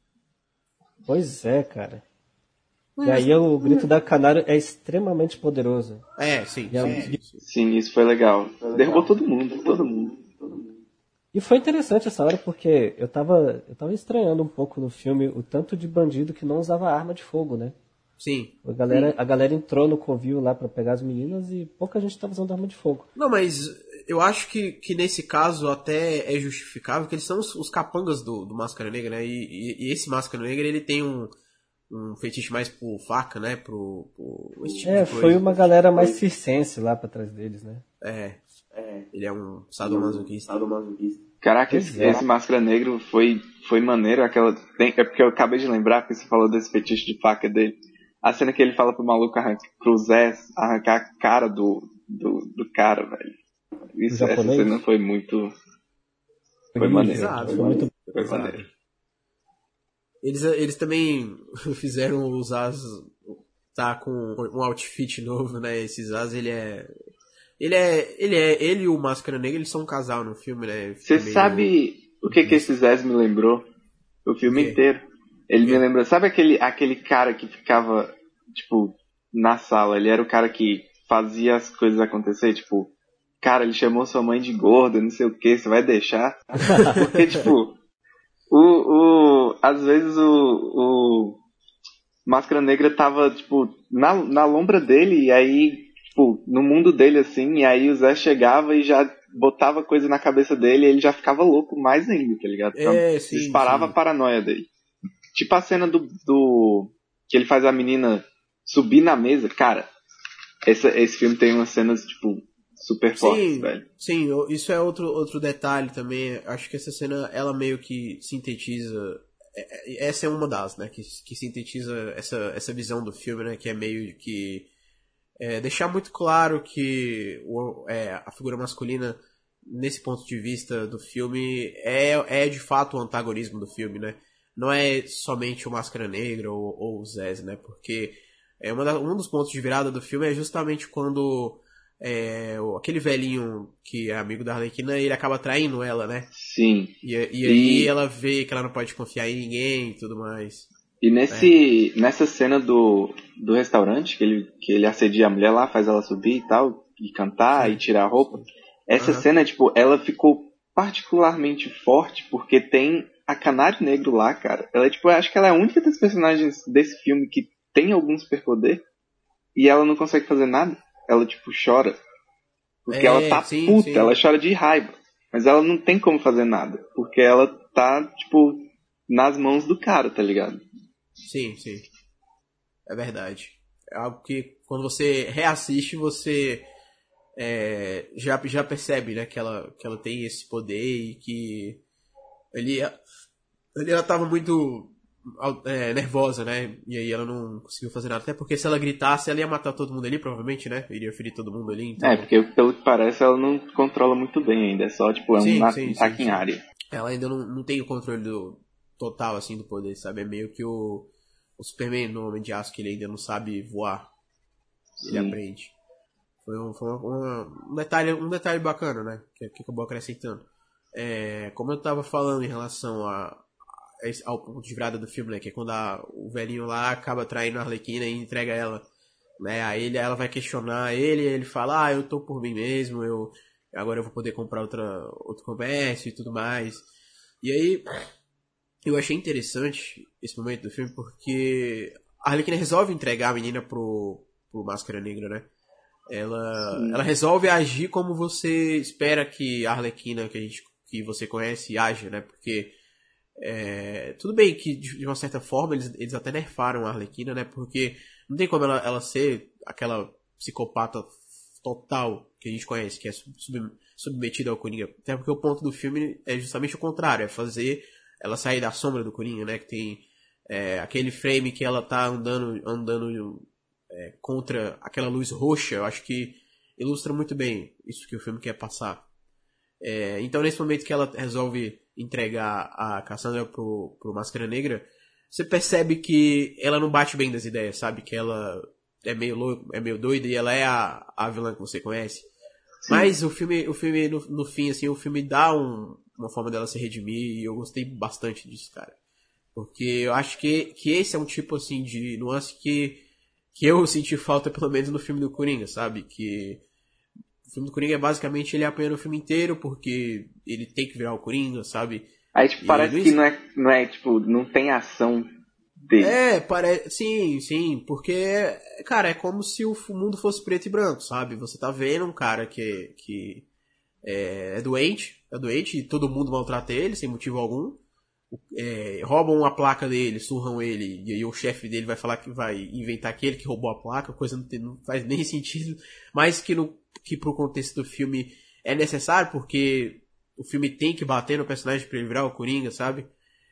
[SPEAKER 3] Pois é, cara. Mas, e aí o grito da Canário é extremamente poderoso.
[SPEAKER 1] É, sim.
[SPEAKER 2] Sim,
[SPEAKER 1] é,
[SPEAKER 2] sim, sim, isso foi legal. foi legal. Derrubou todo mundo, todo mundo.
[SPEAKER 3] E foi interessante essa hora porque eu tava, eu tava estranhando um pouco no filme o tanto de bandido que não usava arma de fogo, né?
[SPEAKER 1] Sim.
[SPEAKER 3] A galera, a galera entrou no covil lá pra pegar as meninas e pouca gente tava usando arma de fogo.
[SPEAKER 1] Não, mas eu acho que, que nesse caso até é justificável, que eles são os, os capangas do, do Máscara Negra, né? E, e, e esse Máscara Negra, ele tem um, um fetiche mais por faca, né? Pro, pro esse tipo
[SPEAKER 3] é,
[SPEAKER 1] de coisa.
[SPEAKER 3] Foi uma galera mais circense lá pra trás deles, né?
[SPEAKER 1] É. É, ele é um sadomasoquista.
[SPEAKER 2] sadomasoquista. Caraca, esse, esse Máscara Negro foi, foi maneiro. Aquela, tem, é porque eu acabei de lembrar que você falou desse fetiche de faca dele. A cena que ele fala pro maluco arranca, pro Zé arrancar a cara do, do, do cara, velho. Isso, essa cena foi muito. Foi, foi maneiro.
[SPEAKER 1] Exato,
[SPEAKER 2] foi,
[SPEAKER 1] foi
[SPEAKER 2] muito
[SPEAKER 1] foi maneiro. Eles, eles também fizeram os As. Tá com um outfit novo, né? Esses As, ele é. Ele é, ele é, ele e o Máscara Negra, eles são um casal no filme, né?
[SPEAKER 2] Você meio... sabe o que que esse Zé me lembrou? O filme o inteiro. Ele me lembrou, sabe aquele, aquele cara que ficava, tipo, na sala? Ele era o cara que fazia as coisas acontecer, tipo, cara, ele chamou sua mãe de gorda, não sei o que, você vai deixar? Porque, tipo, o, o, às vezes o, o Máscara Negra tava, tipo, na, na lombra dele, e aí tipo, no mundo dele, assim, e aí o Zé chegava e já botava coisa na cabeça dele e ele já ficava louco mais ainda, tá ligado? Então,
[SPEAKER 1] É, sim,
[SPEAKER 2] disparava
[SPEAKER 1] sim.
[SPEAKER 2] a paranoia dele. Tipo a cena do, do... que ele faz a menina subir na mesa. Cara, esse, esse filme tem umas cenas, tipo, super fortes,
[SPEAKER 1] Sim,
[SPEAKER 2] velho.
[SPEAKER 1] sim, isso é outro, outro detalhe também. Acho que essa cena, ela meio que sintetiza... Essa é uma das, né? Que, que sintetiza essa, essa visão do filme, né? Que é meio que... É, deixar muito claro que o, é, a figura masculina, nesse ponto de vista do filme, é, é de fato o antagonismo do filme, né? Não é somente o Máscara Negra ou, ou o Zez, né? Porque é uma da, um dos pontos de virada do filme é justamente quando é, aquele velhinho que é amigo da Arlequina, ele acaba traindo ela, né?
[SPEAKER 2] Sim.
[SPEAKER 1] E, e,
[SPEAKER 2] e
[SPEAKER 1] aí ela vê que ela não pode confiar em ninguém e tudo mais.
[SPEAKER 2] E nesse, é. nessa cena do, do restaurante, que ele, que ele assedia a mulher lá, faz ela subir e tal, e cantar
[SPEAKER 1] Sim.
[SPEAKER 2] e tirar a roupa. Essa
[SPEAKER 1] Uhum.
[SPEAKER 2] cena, tipo, ela ficou particularmente forte porque tem a Canário Negro lá, cara. Ela, tipo, eu acho que ela é a única das personagens desse filme que tem algum superpoder e ela não consegue fazer nada. Ela, tipo, chora. Porque
[SPEAKER 1] é,
[SPEAKER 2] ela tá
[SPEAKER 1] sim,
[SPEAKER 2] puta,
[SPEAKER 1] sim.
[SPEAKER 2] ela chora de raiva. Mas ela não tem como fazer nada. Porque ela tá, tipo, nas mãos do cara, tá ligado?
[SPEAKER 1] Sim, sim. É verdade. É algo que quando você reassiste, você é, já, já percebe, né, que ela, que ela tem esse poder e que ele, ele ela tava muito é, nervosa, né? E aí ela não conseguiu fazer nada. Até porque se ela gritasse, ela ia matar todo mundo ali, provavelmente, né? Iria ferir todo mundo ali, então...
[SPEAKER 2] É, porque pelo que parece ela não controla muito bem ainda. É só, tipo, é
[SPEAKER 1] sim,
[SPEAKER 2] um
[SPEAKER 1] sim,
[SPEAKER 2] ataque
[SPEAKER 1] sim,
[SPEAKER 2] em
[SPEAKER 1] sim.
[SPEAKER 2] área.
[SPEAKER 1] Ela ainda não, não tem o controle do, total, assim, do poder, sabe? É meio que o, o Superman no Homem de Aço, que ele ainda não sabe voar. Ele
[SPEAKER 2] Sim.
[SPEAKER 1] aprende. Foi, um, foi uma, uma, um, detalhe, um detalhe bacana, né? Que, que acabou acrescentando. É, como eu tava falando em relação a, a, ao ponto de virada do filme, né? Que é quando a, o velhinho lá acaba traindo a Arlequina e entrega ela. Né? Aí ele, ela vai questionar ele e ele fala, ah, eu tô por mim mesmo, eu, agora eu vou poder comprar outra, outro comércio e tudo mais. E aí, eu achei interessante esse momento do filme porque a Arlequina resolve entregar a menina pro, pro Máscara Negra, né? Ela, ela resolve agir como você espera que a Arlequina que, a gente, que você conhece haja, né? Porque é, tudo bem que de uma certa forma eles, eles até nerfaram a Arlequina, né? Porque não tem como ela, ela ser aquela psicopata total que a gente conhece, que é sub, submetida ao Coringa. Até porque o ponto do filme é justamente o contrário, é fazer ela sair da sombra do Coringa, né? Que tem é, aquele frame que ela tá andando, andando é, contra aquela luz roxa, eu acho que ilustra muito bem isso que o filme quer passar. É, então nesse momento que ela resolve entregar a Cassandra pro, pro Máscara Negra, você percebe que ela não bate bem das ideias, sabe? Que ela é meio louca, é meio doida e ela é a, a vilã que você conhece. Sim. Mas o filme, o filme no, no fim, assim, o filme dá um, uma forma dela se redimir e eu gostei bastante disso, cara. Porque eu acho que, que esse é um tipo, assim, de nuance que, que eu senti falta, pelo menos, no filme do Coringa, sabe? Que o filme do Coringa é basicamente ele apanhando o filme inteiro porque ele tem que virar o Coringa, sabe?
[SPEAKER 2] Aí, tipo,
[SPEAKER 1] e
[SPEAKER 2] parece
[SPEAKER 1] não...
[SPEAKER 2] que não é, não é, tipo, não tem ação dele.
[SPEAKER 1] É, parece. Sim, sim, porque, cara, é como se o mundo fosse preto e branco, sabe? Você tá vendo um cara que, que é, é doente, é doente e todo mundo maltrata ele sem motivo algum. É, roubam a placa dele, surram ele, e aí o chefe dele vai falar que vai inventar aquele que roubou a placa, coisa não, tem, não faz nem sentido, mas que, no, que pro contexto do filme é necessário, porque o filme tem que bater no personagem pra ele virar o Coringa, sabe?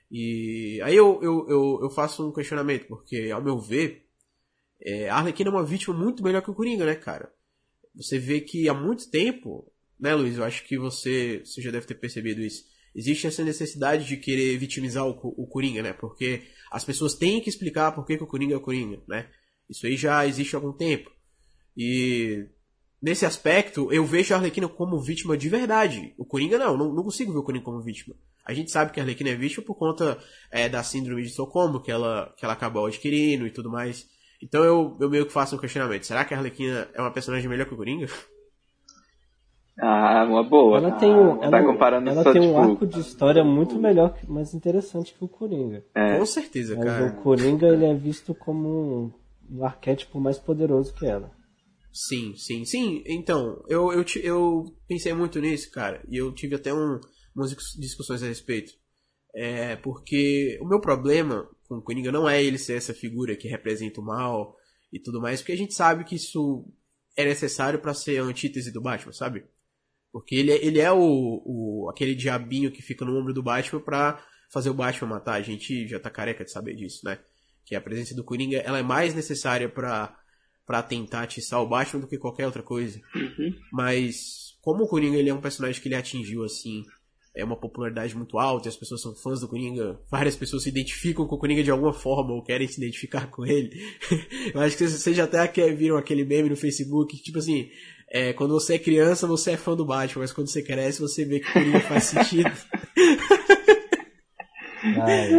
[SPEAKER 1] E aí eu, eu, eu, eu faço um questionamento, porque ao meu ver, é, a Arlequina é uma vítima muito melhor que o Coringa, né, cara? Você vê que há muito tempo, né, Luiz? Eu acho que você, você já deve ter percebido isso. Existe essa necessidade de querer vitimizar o, o Coringa, né? Porque as pessoas têm que explicar por que, que o Coringa é o Coringa, né? Isso aí já existe há algum tempo. E nesse aspecto, eu vejo a Arlequina como vítima de verdade. O Coringa não, não, não consigo ver o Coringa como vítima. A gente sabe que a Arlequina é vítima por conta é, da síndrome de Estocolmo, que ela, que ela acabou adquirindo e tudo mais. Então eu, eu meio que faço um questionamento. Será que a Arlequina é uma personagem melhor que o Coringa?
[SPEAKER 2] Ah, uma boa.
[SPEAKER 3] Ela tem um,
[SPEAKER 2] ah,
[SPEAKER 3] ela,
[SPEAKER 2] tá comparando
[SPEAKER 3] ela
[SPEAKER 2] só,
[SPEAKER 3] tem um
[SPEAKER 2] tipo...
[SPEAKER 3] arco de história muito melhor, mais interessante que o Coringa.
[SPEAKER 2] É.
[SPEAKER 1] Com certeza,
[SPEAKER 3] mas
[SPEAKER 1] cara.
[SPEAKER 3] o Coringa ele é visto como um, um arquétipo mais poderoso que ela.
[SPEAKER 1] Sim, sim, sim. Então, eu, eu, eu pensei muito nisso, cara, e eu tive até um, umas discussões a respeito. É, porque o meu problema com o Coringa não é ele ser essa figura que representa o mal e tudo mais, porque a gente sabe que isso é necessário pra ser a antítese do Batman, sabe? Porque ele, é- ele é o, o aquele diabinho que fica no ombro do Batman pra fazer o Batman matar. A gente já tá careca de saber disso, né? Que a presença do Coringa ela é mais necessária pra, pra tentar atiçar o Batman do que qualquer outra coisa.
[SPEAKER 2] Uhum.
[SPEAKER 1] Mas como o Coringa ele é um personagem que ele atingiu assim, é uma popularidade muito alta, e as pessoas são fãs do Coringa, várias pessoas se identificam com o Coringa de alguma forma ou querem se identificar com ele. Eu acho que vocês já até que viram aquele meme no Facebook, que, tipo assim, é, quando você é criança, você é fã do Batman, mas quando você cresce, você vê que o Coringa faz sentido.
[SPEAKER 3] Ai,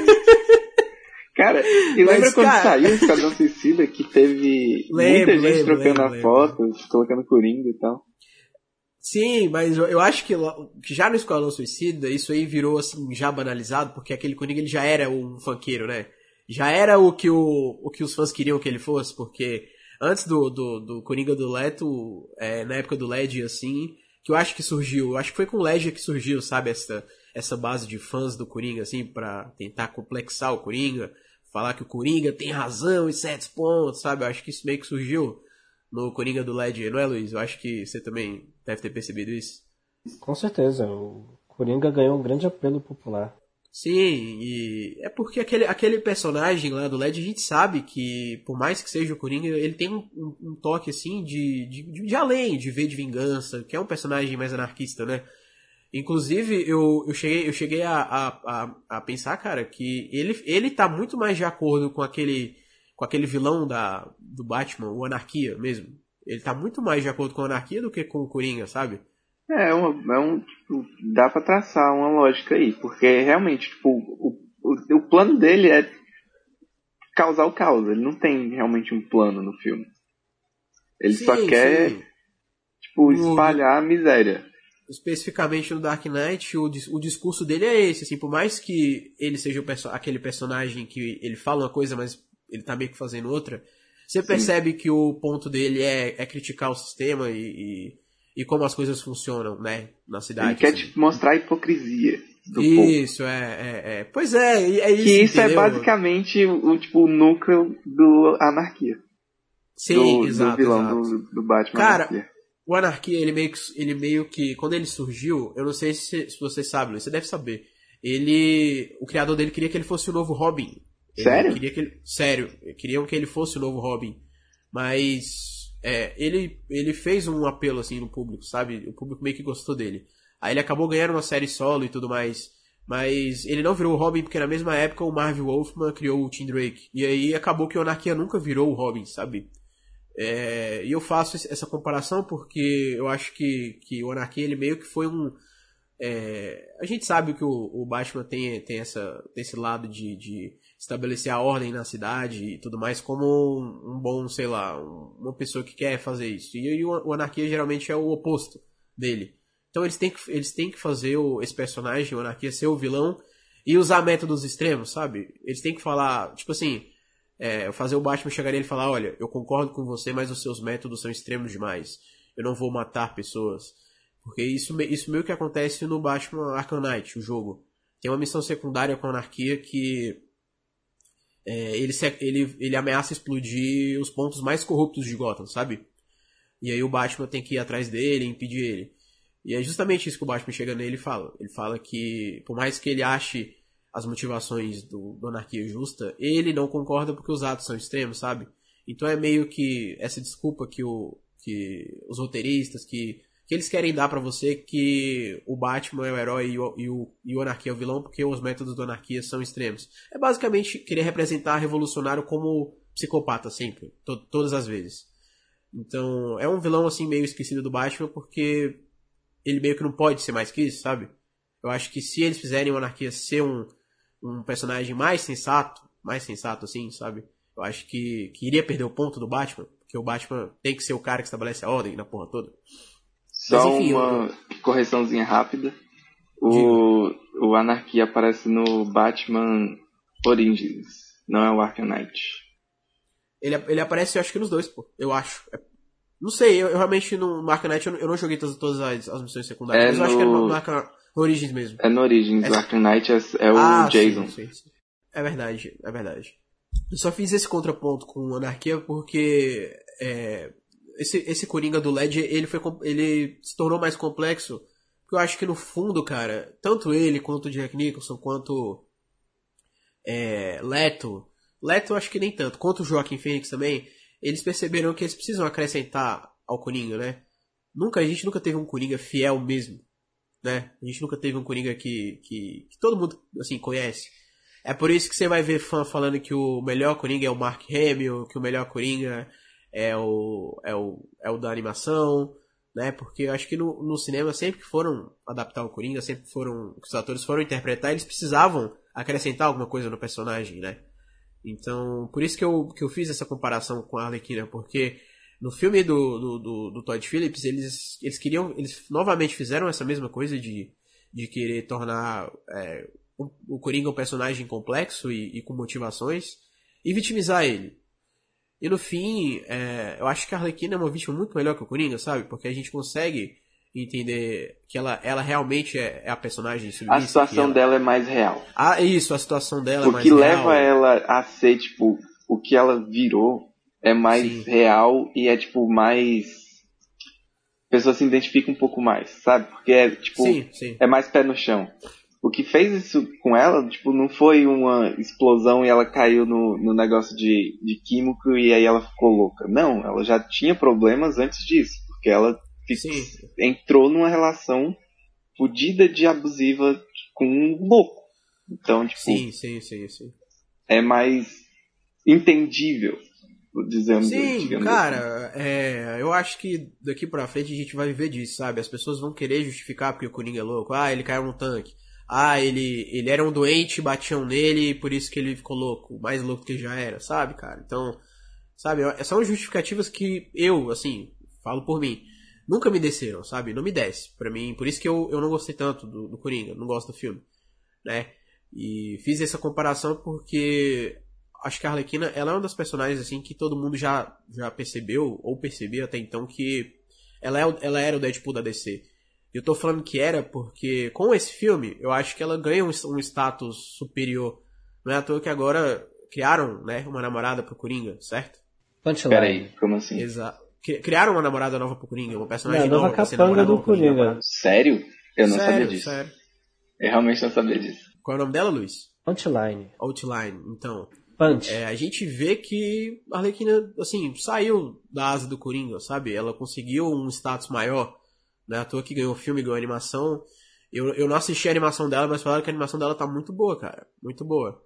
[SPEAKER 2] Cara, e
[SPEAKER 1] Mas,
[SPEAKER 2] lembra quando
[SPEAKER 1] cara-
[SPEAKER 2] saiu o Esquadrão Suicida que teve
[SPEAKER 1] Lembro,
[SPEAKER 2] muita gente
[SPEAKER 1] lembro,
[SPEAKER 2] trocando
[SPEAKER 1] lembro,
[SPEAKER 2] a
[SPEAKER 1] lembro.
[SPEAKER 2] foto, colocando Coringa e tal?
[SPEAKER 1] Sim, mas eu, eu acho que, lo- que já no Esquadrão Suicida, isso aí virou, assim, já banalizado, porque aquele Coringa ele já era um funkeiro, né? Já era o que, o, o que os fãs queriam que ele fosse, porque antes do, do, do Coringa do Leto, é, na época do L E D, assim, que eu acho que surgiu, eu acho que foi com o Ledger que surgiu, sabe, essa, essa base de fãs do Coringa, assim, pra tentar complexar o Coringa, falar que o Coringa tem razão em certos pontos, sabe? Eu acho que isso meio que surgiu no Coringa do Ledger, não é, Luiz? Eu acho que você também deve ter percebido isso.
[SPEAKER 3] com certeza, o Coringa ganhou um grande apelo popular.
[SPEAKER 1] Sim, e é porque aquele, aquele personagem lá do L E D, a gente sabe que, por mais que seja o Coringa, ele tem um, um- um toque, assim, de, de, de, de além, de V de vingança, que é um personagem mais anarquista, né? Inclusive, eu, eu cheguei, eu cheguei a, a, a, a pensar, cara, que ele, ele tá muito mais de acordo com aquele, com aquele vilão da, do Batman, o Anarquia mesmo. Ele tá muito mais de acordo com a Anarquia do que com o Coringa, sabe?
[SPEAKER 2] É, é um, é um tipo, dá pra traçar uma lógica aí, porque realmente, tipo, o, o, o plano dele é causar o caos, ele não tem realmente um plano no filme. Ele só
[SPEAKER 1] Sim,
[SPEAKER 2] quer,
[SPEAKER 1] sim.
[SPEAKER 2] tipo,
[SPEAKER 1] No, no-
[SPEAKER 2] espalhar a miséria.
[SPEAKER 1] especificamente no Dark Knight, o, dis- o discurso dele é esse, assim, por mais que ele seja o perso- aquele personagem que ele fala uma coisa, mas ele tá meio que fazendo outra, você
[SPEAKER 2] Sim.
[SPEAKER 1] percebe que o ponto dele é, é criticar o sistema e, e, e como as coisas funcionam, né, na cidade.
[SPEAKER 2] Ele quer,
[SPEAKER 1] assim.
[SPEAKER 2] tipo, mostrar a hipocrisia do povo.
[SPEAKER 1] Isso, é, é, é. Pois é, e é isso,
[SPEAKER 2] Que isso é
[SPEAKER 1] entendeu?
[SPEAKER 2] basicamente o, o, tipo, o núcleo do Anarquia.
[SPEAKER 1] Sim,
[SPEAKER 2] do,
[SPEAKER 1] exato,
[SPEAKER 2] do vilão
[SPEAKER 1] exato.
[SPEAKER 2] do, do Batman
[SPEAKER 1] Cara,
[SPEAKER 2] Anarquia.
[SPEAKER 1] o Anarquia, ele meio que, ele meio que quando ele surgiu, eu não sei se, se você sabe, Luiz, você deve saber. Ele, o criador dele queria que ele fosse o novo Robin. Ele
[SPEAKER 2] Sério?
[SPEAKER 1] Queria que ele, sério, queriam que ele fosse o novo Robin. Mas é, ele, ele fez um apelo assim no público, sabe? O público meio que gostou dele. Aí ele acabou ganhando uma série solo e tudo mais. Mas ele não virou o Robin porque na mesma época o Marv Wolfman criou o Tim Drake. E aí acabou que o Anarquia nunca virou o Robin, sabe? É, e eu faço essa comparação porque eu acho que, que o Anarquia ele meio que foi um. É, a gente sabe que o, o Batman tem, tem, essa, tem esse lado de, de estabelecer a ordem na cidade e tudo mais como um, um bom, sei lá, um, uma pessoa que quer fazer isso. E, e o, o Anarquia geralmente é o oposto dele. Então eles têm que, eles têm que fazer o, esse personagem, o Anarquia, ser o vilão e usar métodos extremos, sabe? Eles têm que falar, tipo assim, é, fazer o Batman chegar nele e falar, olha, eu concordo com você, mas os seus métodos são extremos demais. Eu não vou matar pessoas. Porque isso, isso meio que acontece no Batman Arkham Knight, o jogo. Tem uma missão secundária com a Anarquia que é, ele, ele, ele ameaça explodir os pontos mais corruptos de Gotham, sabe? E aí o Batman tem que ir atrás dele e impedir ele. E é justamente isso que o Batman chega nele e fala. Ele fala que, por mais que ele ache as motivações do, do Anarquia justa, ele não concorda porque os atos são extremos, sabe? Então é meio que essa desculpa que, o, que os roteiristas, que, que eles querem dar pra você que o Batman é o herói e o, e, o, e o Anarquia é o vilão porque os métodos do Anarquia são extremos. É basicamente querer representar revolucionário como psicopata sempre, to, todas as vezes. Então é um vilão assim meio esquecido do Batman porque ele meio que não pode ser mais que isso, sabe? Eu acho que se eles fizerem o Anarquia ser um, um personagem mais sensato, mais sensato assim, sabe? Eu acho que, que iria perder o ponto do Batman, porque o Batman tem que ser o cara que estabelece a ordem na porra toda.
[SPEAKER 2] Só
[SPEAKER 1] Mas, enfim,
[SPEAKER 2] uma
[SPEAKER 1] eu...
[SPEAKER 2] correçãozinha rápida. O, o Anarquia aparece no Batman Origins, não é o Arkham Knight.
[SPEAKER 1] Ele, ele aparece, eu acho que nos dois, pô. Eu acho. É, Não sei, eu, eu realmente no Arkham Knight eu não, eu não joguei todas, todas as, as missões secundárias,
[SPEAKER 2] É
[SPEAKER 1] mas eu
[SPEAKER 2] no...
[SPEAKER 1] acho que é no, no Arkham no Origins mesmo.
[SPEAKER 2] É no Origins,
[SPEAKER 1] É...
[SPEAKER 2] o Arkham Knight é, é o
[SPEAKER 1] ah,
[SPEAKER 2] Jason.
[SPEAKER 1] Sim, sim, sim. É verdade, é verdade. Eu só fiz esse contraponto com o Anarquia porque é, esse, esse Coringa do Ledger, ele, foi, ele se tornou mais complexo, porque eu acho que no fundo, cara, tanto ele quanto o Jack Nicholson, quanto é, Leto, Leto eu acho que nem tanto, quanto o Joaquin Phoenix também, eles perceberam que eles precisam acrescentar ao Coringa, né? Nunca, a gente nunca teve um Coringa fiel mesmo, né? A gente nunca teve um Coringa que, que, que todo mundo, assim, conhece. É por isso que você vai ver fã falando que o melhor Coringa é o Mark Hamill, que o melhor Coringa é o, é o, é o da animação, né? Porque eu acho que no, no cinema, sempre que foram adaptar o Coringa, sempre que foram, que os atores foram interpretar, eles precisavam acrescentar alguma coisa no personagem, né? Então, por isso que eu, que eu fiz essa comparação com a Arlequina, porque no filme do, do, do, do Todd Phillips, eles, eles queriam, eles novamente fizeram essa mesma coisa de, de querer tornar é, o, o Coringa um personagem complexo e, e com motivações e vitimizar ele. E no fim, é, eu acho que a Arlequina é uma vítima muito melhor que o Coringa, sabe? Porque a gente consegue entender que ela, ela realmente é, é a personagem submissa.
[SPEAKER 2] A situação
[SPEAKER 1] ela...
[SPEAKER 2] dela é mais real.
[SPEAKER 1] Ah, isso, a situação dela
[SPEAKER 2] o
[SPEAKER 1] é mais
[SPEAKER 2] que
[SPEAKER 1] real.
[SPEAKER 2] leva ela a ser, tipo, o que ela virou é mais
[SPEAKER 1] Sim.
[SPEAKER 2] real e é, tipo, mais... A pessoa se identifica um pouco mais, sabe? Porque é, tipo,
[SPEAKER 1] sim, sim.
[SPEAKER 2] é mais pé no chão. O que fez isso com ela, tipo, não foi uma explosão e ela caiu no, no negócio de, de químico e aí ela ficou louca. Não, ela já tinha problemas antes disso. Porque ela fix, entrou numa relação fodida de abusiva com um louco. Então, tipo...
[SPEAKER 1] Sim, sim, sim, sim.
[SPEAKER 2] É mais entendível, dizendo,
[SPEAKER 1] sim,
[SPEAKER 2] digamos
[SPEAKER 1] cara,
[SPEAKER 2] assim.
[SPEAKER 1] é, eu acho que daqui pra frente a gente vai viver disso, sabe? As pessoas vão querer justificar porque o Coringa é louco. Ah, ele caiu no tanque. Ah, ele, ele era um doente, batiam nele e por isso que ele ficou louco. Mais louco que já era, sabe, cara? Então, sabe, são justificativas que eu, assim, falo por mim, nunca me desceram, sabe? Não me desce. Pra mim, por isso que eu, eu não gostei tanto do, do Coringa, não gosto do filme, né? E fiz essa comparação porque acho que a Arlequina, ela é uma das personagens, assim, que todo mundo já, já percebeu, ou percebeu até então, que ela, é, ela era o Deadpool da D C. Eu tô falando que era porque, com esse filme, eu acho que ela ganha um, um status superior. Não é à toa que agora criaram, né, uma namorada pro Coringa, certo?
[SPEAKER 3] Punchline.
[SPEAKER 2] Peraí, como assim?
[SPEAKER 1] Exato. Criaram uma namorada nova pro Coringa, uma personagem
[SPEAKER 3] não,
[SPEAKER 1] nova.
[SPEAKER 3] Nova capanga do Coringa.
[SPEAKER 2] Sério? Eu não
[SPEAKER 1] sério,
[SPEAKER 2] sabia disso.
[SPEAKER 1] Sério.
[SPEAKER 2] Eu realmente não sabia disso.
[SPEAKER 1] Qual é o nome dela, Luiz?
[SPEAKER 3] Punchline.
[SPEAKER 1] Outline, então.
[SPEAKER 3] Punch.
[SPEAKER 1] É, a gente vê que a Arlequina, assim, saiu da asa do Coringa, sabe? Ela conseguiu um status maior. Não é à toa que ganhou filme, ganhou animação. Eu, eu não assisti a animação dela, mas falaram que a animação dela tá muito boa, cara. Muito boa.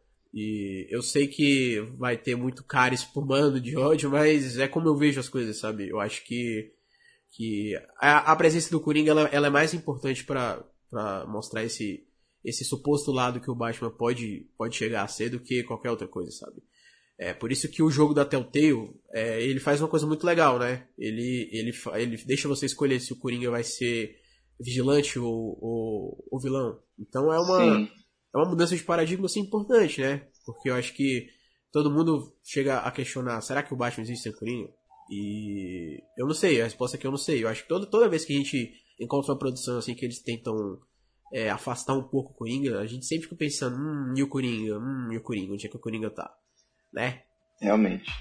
[SPEAKER 1] E eu sei que vai ter muito cara espumando de ódio, mas é como eu vejo as coisas, sabe? Eu acho que, que a, a presença do Coringa ela, ela é mais importante pra, pra mostrar esse, esse suposto lado que o Batman pode, pode chegar a ser do que qualquer outra coisa, sabe? É por isso que o jogo da Telltale, é, ele faz uma coisa muito legal, né? Ele, ele, ele deixa você escolher se o Coringa vai ser vigilante ou, ou, ou vilão. Então é uma, é uma mudança de paradigma assim, importante, né? Porque eu acho que todo mundo chega a questionar, será que o Batman existe sem Coringa? E eu não sei, a resposta é que eu não sei. Eu acho que toda, toda vez que a gente encontra uma produção assim que eles tentam é, afastar um pouco o Coringa, a gente sempre fica pensando, hum, e o Coringa? Hum, e o Coringa? Onde é que o Coringa tá? Né?
[SPEAKER 2] Realmente.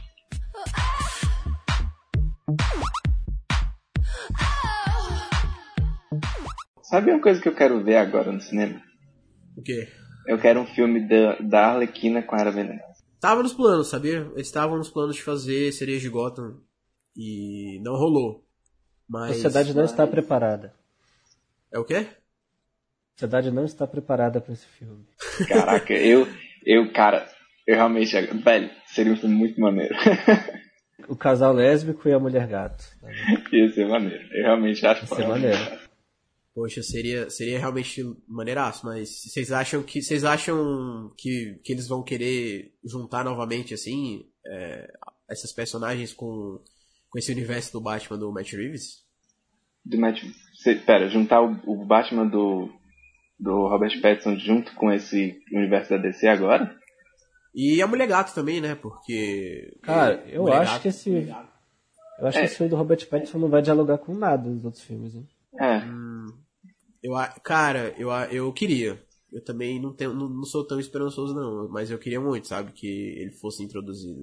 [SPEAKER 2] Sabe uma coisa que eu quero ver agora no cinema?
[SPEAKER 1] O quê?
[SPEAKER 2] Eu quero um filme da, da Arlequina com a Era Venenosa.
[SPEAKER 1] Tava nos planos, sabia? Eles estavam nos planos de fazer Sereias de Gotham e não rolou. Mas...
[SPEAKER 3] A sociedade não está preparada.
[SPEAKER 1] É o quê?
[SPEAKER 3] A sociedade não está preparada para esse filme.
[SPEAKER 2] Caraca, eu, eu, cara, eu realmente... Velho, seria um filme muito maneiro.
[SPEAKER 3] O casal lésbico e a mulher gato.
[SPEAKER 2] Ia ser maneiro. Eu realmente acho
[SPEAKER 3] que ia ser maneiro.
[SPEAKER 1] Poxa, seria, seria realmente maneiraço, mas vocês acham que vocês acham que, que eles vão querer juntar novamente assim é, essas personagens com, com esse universo do Batman do Matt Reeves?
[SPEAKER 2] Do Matt, pera, juntar o, o Batman do, do Robert Pattinson junto com esse universo da D C agora?
[SPEAKER 1] E a Mulher Gato também, né? Porque...
[SPEAKER 3] Cara, eu
[SPEAKER 1] Mulher
[SPEAKER 3] acho
[SPEAKER 1] Gato,
[SPEAKER 3] que esse... Eu acho é. que esse filme do Robert Pattinson não vai dialogar com nada dos outros filmes, hein?
[SPEAKER 2] É.
[SPEAKER 1] Hum, eu, cara, eu, eu queria. Eu também não, tenho, não, não sou tão esperançoso, não. Mas eu queria muito, sabe? Que ele fosse introduzido.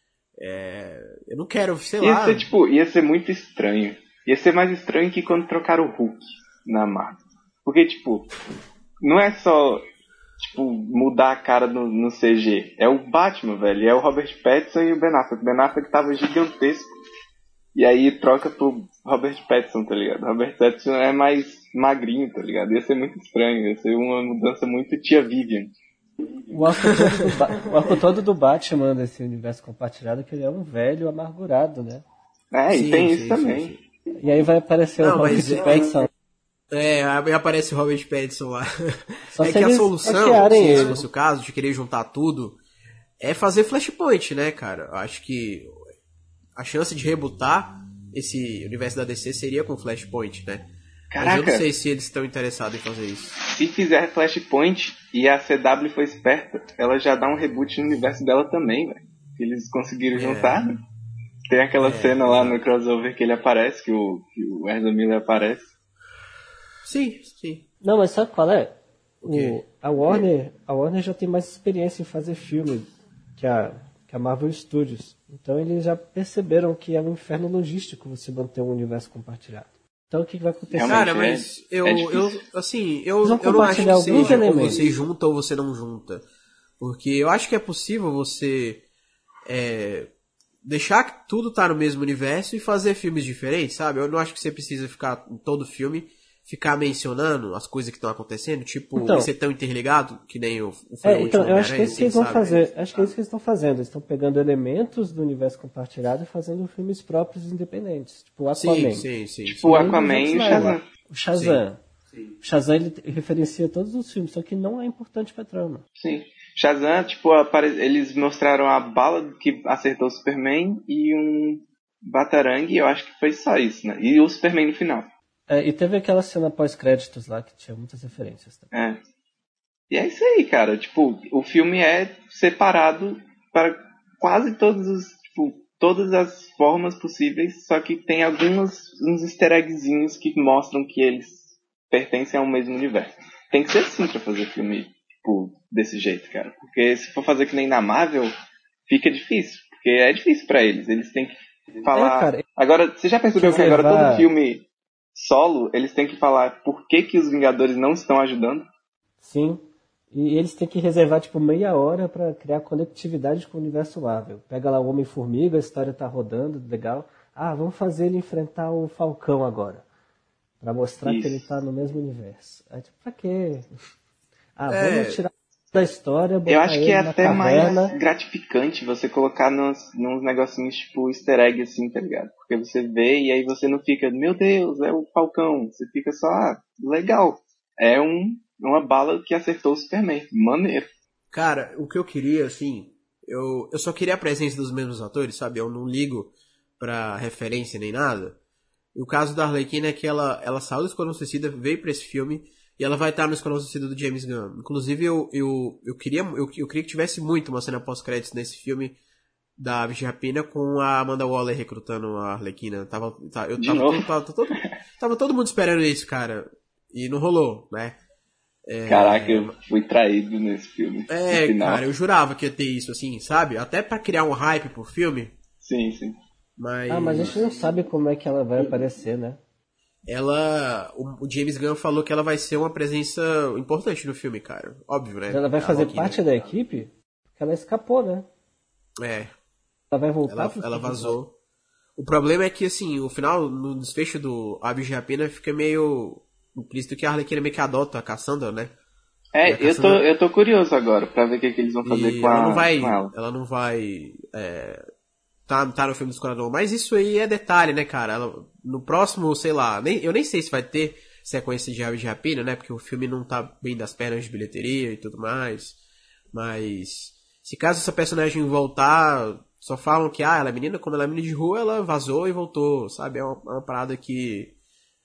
[SPEAKER 1] É, eu não quero, sei
[SPEAKER 2] ia
[SPEAKER 1] lá...
[SPEAKER 2] Ser, tipo, ia ser muito estranho. Ia ser mais estranho que quando trocaram o Hulk na Marvel. Porque, tipo, não é só... Tipo, mudar a cara no, no C G. É o Batman, velho. É o Robert Pattinson e o Ben Affleck. O Ben Affleck tava gigantesco. E aí troca pro Robert Pattinson, tá ligado? Robert Pattinson é mais magrinho, tá ligado? Ia ser muito estranho. Ia ser uma mudança muito tia Vivian.
[SPEAKER 3] O arco todo do, ba- o arco todo do Batman desse universo compartilhado é que ele é um velho amargurado, né?
[SPEAKER 2] É,
[SPEAKER 1] sim,
[SPEAKER 2] e tem
[SPEAKER 1] sim,
[SPEAKER 2] isso
[SPEAKER 1] sim,
[SPEAKER 2] também.
[SPEAKER 1] Sim, sim.
[SPEAKER 3] E aí vai aparecer Não, o Robert Pattinson.
[SPEAKER 1] É, aí aparece o Robert Pattinson lá.
[SPEAKER 3] Só
[SPEAKER 1] é que a solução, se esse fosse o caso, de querer juntar tudo, é fazer Flashpoint, né, cara? Eu acho que a chance de rebutar esse universo da D C seria com Flashpoint, né? Caraca. Mas eu não sei se eles estão interessados em fazer isso.
[SPEAKER 2] Se fizer Flashpoint e a C W for esperta, ela já dá um reboot no universo dela também, velho. Eles conseguiram é. juntar, né? Tem aquela é, cena lá exato. no crossover que ele aparece, que o, que o Ezra Miller aparece.
[SPEAKER 1] Sim, sim.
[SPEAKER 3] Não, mas sabe qual é? O, a, Warner, a Warner já tem mais experiência em fazer filme que a, que a Marvel Studios. Então eles já perceberam que é um inferno logístico você manter um universo compartilhado. Então o que, que vai acontecer?
[SPEAKER 1] Cara, mas é, eu, é eu, assim, eu, eu não acho que seja ou você junta ou você não junta. Porque eu acho que é possível você é, deixar que tudo tá no mesmo universo e fazer filmes diferentes, sabe? Eu não acho que você precisa ficar em todo filme ficar mencionando as coisas que estão acontecendo, tipo, então, ser tão interligado que nem o, o
[SPEAKER 3] foi é, o então, eu acho que é isso que eles vão fazer. Acho que é isso que eles estão fazendo. Eles estão pegando elementos do universo compartilhado e fazendo filmes próprios independentes. Tipo o Aquaman.
[SPEAKER 1] Sim, sim, sim.
[SPEAKER 2] Tipo o Aquaman e o Shazam.
[SPEAKER 3] O Shazam. Sim. O Shazam ele referencia todos os filmes, só que não é importante pra trama.
[SPEAKER 2] Sim. Shazam, tipo, apare... eles mostraram a bala que acertou o Superman e um batarangue, eu acho que foi só isso, né? E o Superman no final.
[SPEAKER 3] É, e teve aquela cena pós-créditos lá que tinha muitas referências também.
[SPEAKER 2] É. E é isso aí, cara. Tipo, o filme é separado para quase todos os, tipo, todas as formas possíveis, só que tem alguns uns easter eggzinhos que mostram que eles pertencem ao mesmo universo. Tem que ser assim pra fazer filme, tipo, desse jeito, cara. Porque se for fazer que nem na Marvel, fica difícil. Porque é difícil pra eles. Eles têm que falar... É, cara, agora, você já percebeu que agora levar... todo filme... solo, eles têm que falar por que, que os Vingadores não estão ajudando?
[SPEAKER 3] Sim, e eles têm que reservar tipo meia hora pra criar conectividade com o universo Marvel. Pega lá o Homem-Formiga, a história tá rodando, legal. Ah, vamos fazer ele enfrentar o Falcão agora. Pra mostrar Isso. que ele tá no mesmo universo. Aí, tipo, pra quê? Ah, é... vamos tirar da história, botar
[SPEAKER 2] Eu acho que
[SPEAKER 3] ele
[SPEAKER 2] é
[SPEAKER 3] na
[SPEAKER 2] até
[SPEAKER 3] caverna.
[SPEAKER 2] mais gratificante você colocar nos, nos negocinhos tipo easter egg assim, tá ligado? Porque você vê e aí você não fica, meu Deus, é o Falcão. Você fica só, ah, legal. É um, uma bala que acertou o Superman. Maneiro.
[SPEAKER 1] Cara, o que eu queria, assim, eu, eu só queria a presença dos mesmos atores, sabe? Eu não ligo pra referência nem nada. E o caso da Arlequina é que ela, ela saiu do Esquadrão Suicida, veio pra esse filme... E ela vai estar no Esquadrão Suicida do James Gunn. Inclusive, eu, eu, eu, queria, eu, eu queria que tivesse muito uma cena pós-créditos nesse filme da Aves de Rapina com a Amanda Waller recrutando a Arlequina. Tava, eu
[SPEAKER 2] de
[SPEAKER 1] tava,
[SPEAKER 2] novo?
[SPEAKER 1] Todo, tava, todo, tava todo mundo esperando isso, cara. E não rolou, né?
[SPEAKER 2] É... Caraca, eu fui traído nesse filme.
[SPEAKER 1] É, cara, eu jurava que ia ter isso, assim, sabe? Até pra criar um hype pro filme.
[SPEAKER 2] Sim, sim.
[SPEAKER 1] Mas...
[SPEAKER 3] Ah, mas a gente não sabe como é que ela vai aparecer, né?
[SPEAKER 1] Ela, o James Gunn falou que ela vai ser uma presença importante no filme, cara. Óbvio, né?
[SPEAKER 3] Ela vai fazer parte da equipe? Porque ela escapou, né?
[SPEAKER 1] É.
[SPEAKER 3] Ela vai voltar?
[SPEAKER 1] Ela, ela vazou. O problema é que, assim, o final, no desfecho do Aves de Rapina, fica meio implícito que a Arlequina meio que adota a Cassandra, né?
[SPEAKER 2] É, Cassandra... eu, tô, eu tô curioso agora pra ver o que, que eles vão fazer
[SPEAKER 1] e
[SPEAKER 2] com, a,
[SPEAKER 1] ela não vai,
[SPEAKER 2] com ela.
[SPEAKER 1] Ela não vai... É... Tá, tá no filme do Esquadrão, mas isso aí é detalhe, né, cara? Ela, no próximo, sei lá, nem, eu nem sei se vai ter sequência de Aves de Rapina, né? Porque o filme não tá bem das pernas de bilheteria e tudo mais. Mas, se caso essa personagem voltar, só falam que, ah, ela é menina, como ela é menina de rua, ela vazou e voltou, sabe? É uma, uma parada que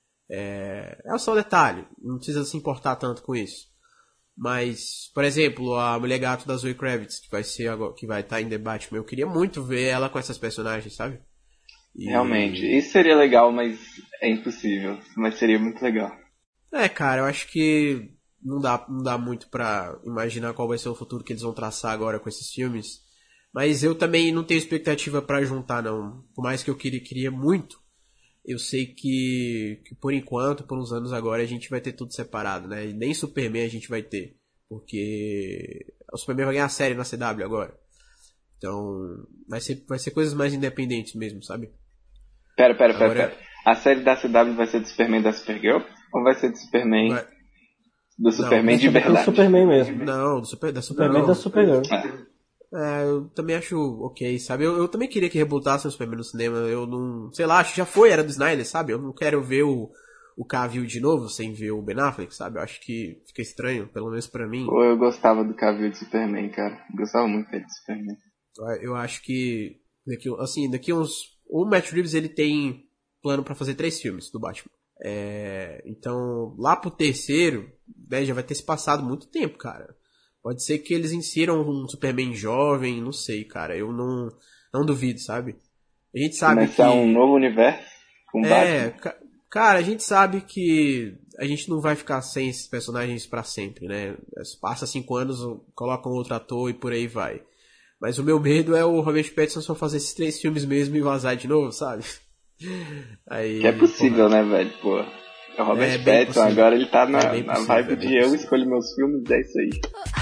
[SPEAKER 1] é, é só detalhe, não precisa se importar tanto com isso. Mas, por exemplo, a Mulher Gato da Zoe Kravitz, que vai ser agora, que vai estar em debate, eu queria muito ver ela com essas personagens, sabe? E...
[SPEAKER 2] Realmente. Isso seria legal, mas é impossível. Mas seria muito legal.
[SPEAKER 1] É, cara, eu acho que não dá, não dá muito pra imaginar qual vai ser o futuro que eles vão traçar agora com esses filmes. Mas eu também não tenho expectativa pra juntar, não. Por mais que eu queria, queria muito, eu sei que, que por enquanto, por uns anos agora, a gente vai ter tudo separado, né? E nem Superman a gente vai ter. Porque o Superman vai ganhar a série na C W agora. Então, vai ser, vai ser coisas mais independentes mesmo, sabe?
[SPEAKER 2] Pera, pera, pera,
[SPEAKER 1] Agora,
[SPEAKER 2] pera. A série da C W vai ser do Superman da Supergirl? Ou vai ser do Superman...
[SPEAKER 1] vai...
[SPEAKER 2] Do Superman
[SPEAKER 1] não,
[SPEAKER 2] de verdade?
[SPEAKER 3] Do Superman mesmo.
[SPEAKER 1] Não, do super, da
[SPEAKER 3] Superman
[SPEAKER 1] Superman.
[SPEAKER 3] da Supergirl.
[SPEAKER 1] É, eu também acho ok, sabe? Eu, eu também queria que rebutassem o Superman no cinema. Eu não... Sei lá, acho que já foi, era do Snyder, sabe? Eu não quero ver o, o Cavill de novo sem ver o Ben Affleck, sabe? Eu acho que fica estranho, pelo menos pra mim.
[SPEAKER 2] Pô, eu gostava do Cavill de Superman, cara. Eu gostava muito dele de Superman.
[SPEAKER 1] Eu acho que daqui, assim, daqui uns... O Matt Reeves, ele tem plano pra fazer três filmes do Batman. É, então, lá pro terceiro, né, já vai ter se passado muito tempo, cara. Pode ser que eles insiram um Superman jovem, não sei, cara. Eu não, não duvido, sabe? A gente sabe
[SPEAKER 2] Começar
[SPEAKER 1] que...
[SPEAKER 2] um novo universo com
[SPEAKER 1] É,
[SPEAKER 2] Batman.
[SPEAKER 1] ca- cara, a gente sabe que a gente não vai ficar sem esses personagens pra sempre, né? Passa cinco anos, colocam outro ator e por aí vai. Mas o meu medo é o Robert Pattinson só fazer esses três filmes mesmo e vazar de novo, sabe? Aí,
[SPEAKER 2] Que é possível,
[SPEAKER 1] porra,
[SPEAKER 2] né, velho? Pô, é o Robert
[SPEAKER 1] É bem
[SPEAKER 2] Pattinson,
[SPEAKER 1] possível.
[SPEAKER 2] agora ele tá na,
[SPEAKER 1] É bem
[SPEAKER 2] na
[SPEAKER 1] possível,
[SPEAKER 2] vibe
[SPEAKER 1] é bem
[SPEAKER 2] de eu
[SPEAKER 1] possível.
[SPEAKER 2] escolho meus filmes, é isso aí.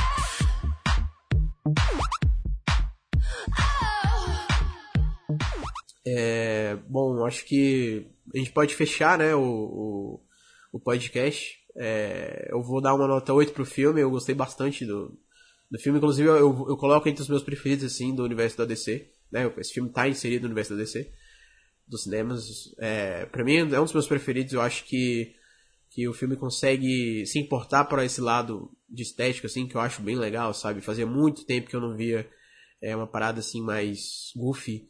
[SPEAKER 1] É, bom, acho que a gente pode fechar, né, o, o, o podcast. É, eu vou dar uma nota oito pro filme, eu gostei bastante do, do filme. Inclusive, eu, eu coloco entre os meus preferidos, assim, do universo da D C. Né? Esse filme tá inserido no universo da D C, dos cinemas. É, pra mim, é um dos meus preferidos. Eu acho que, que o filme consegue se importar para esse lado de estética, assim, que eu acho bem legal, sabe? Fazia muito tempo que eu não via é, uma parada, assim, mais goofy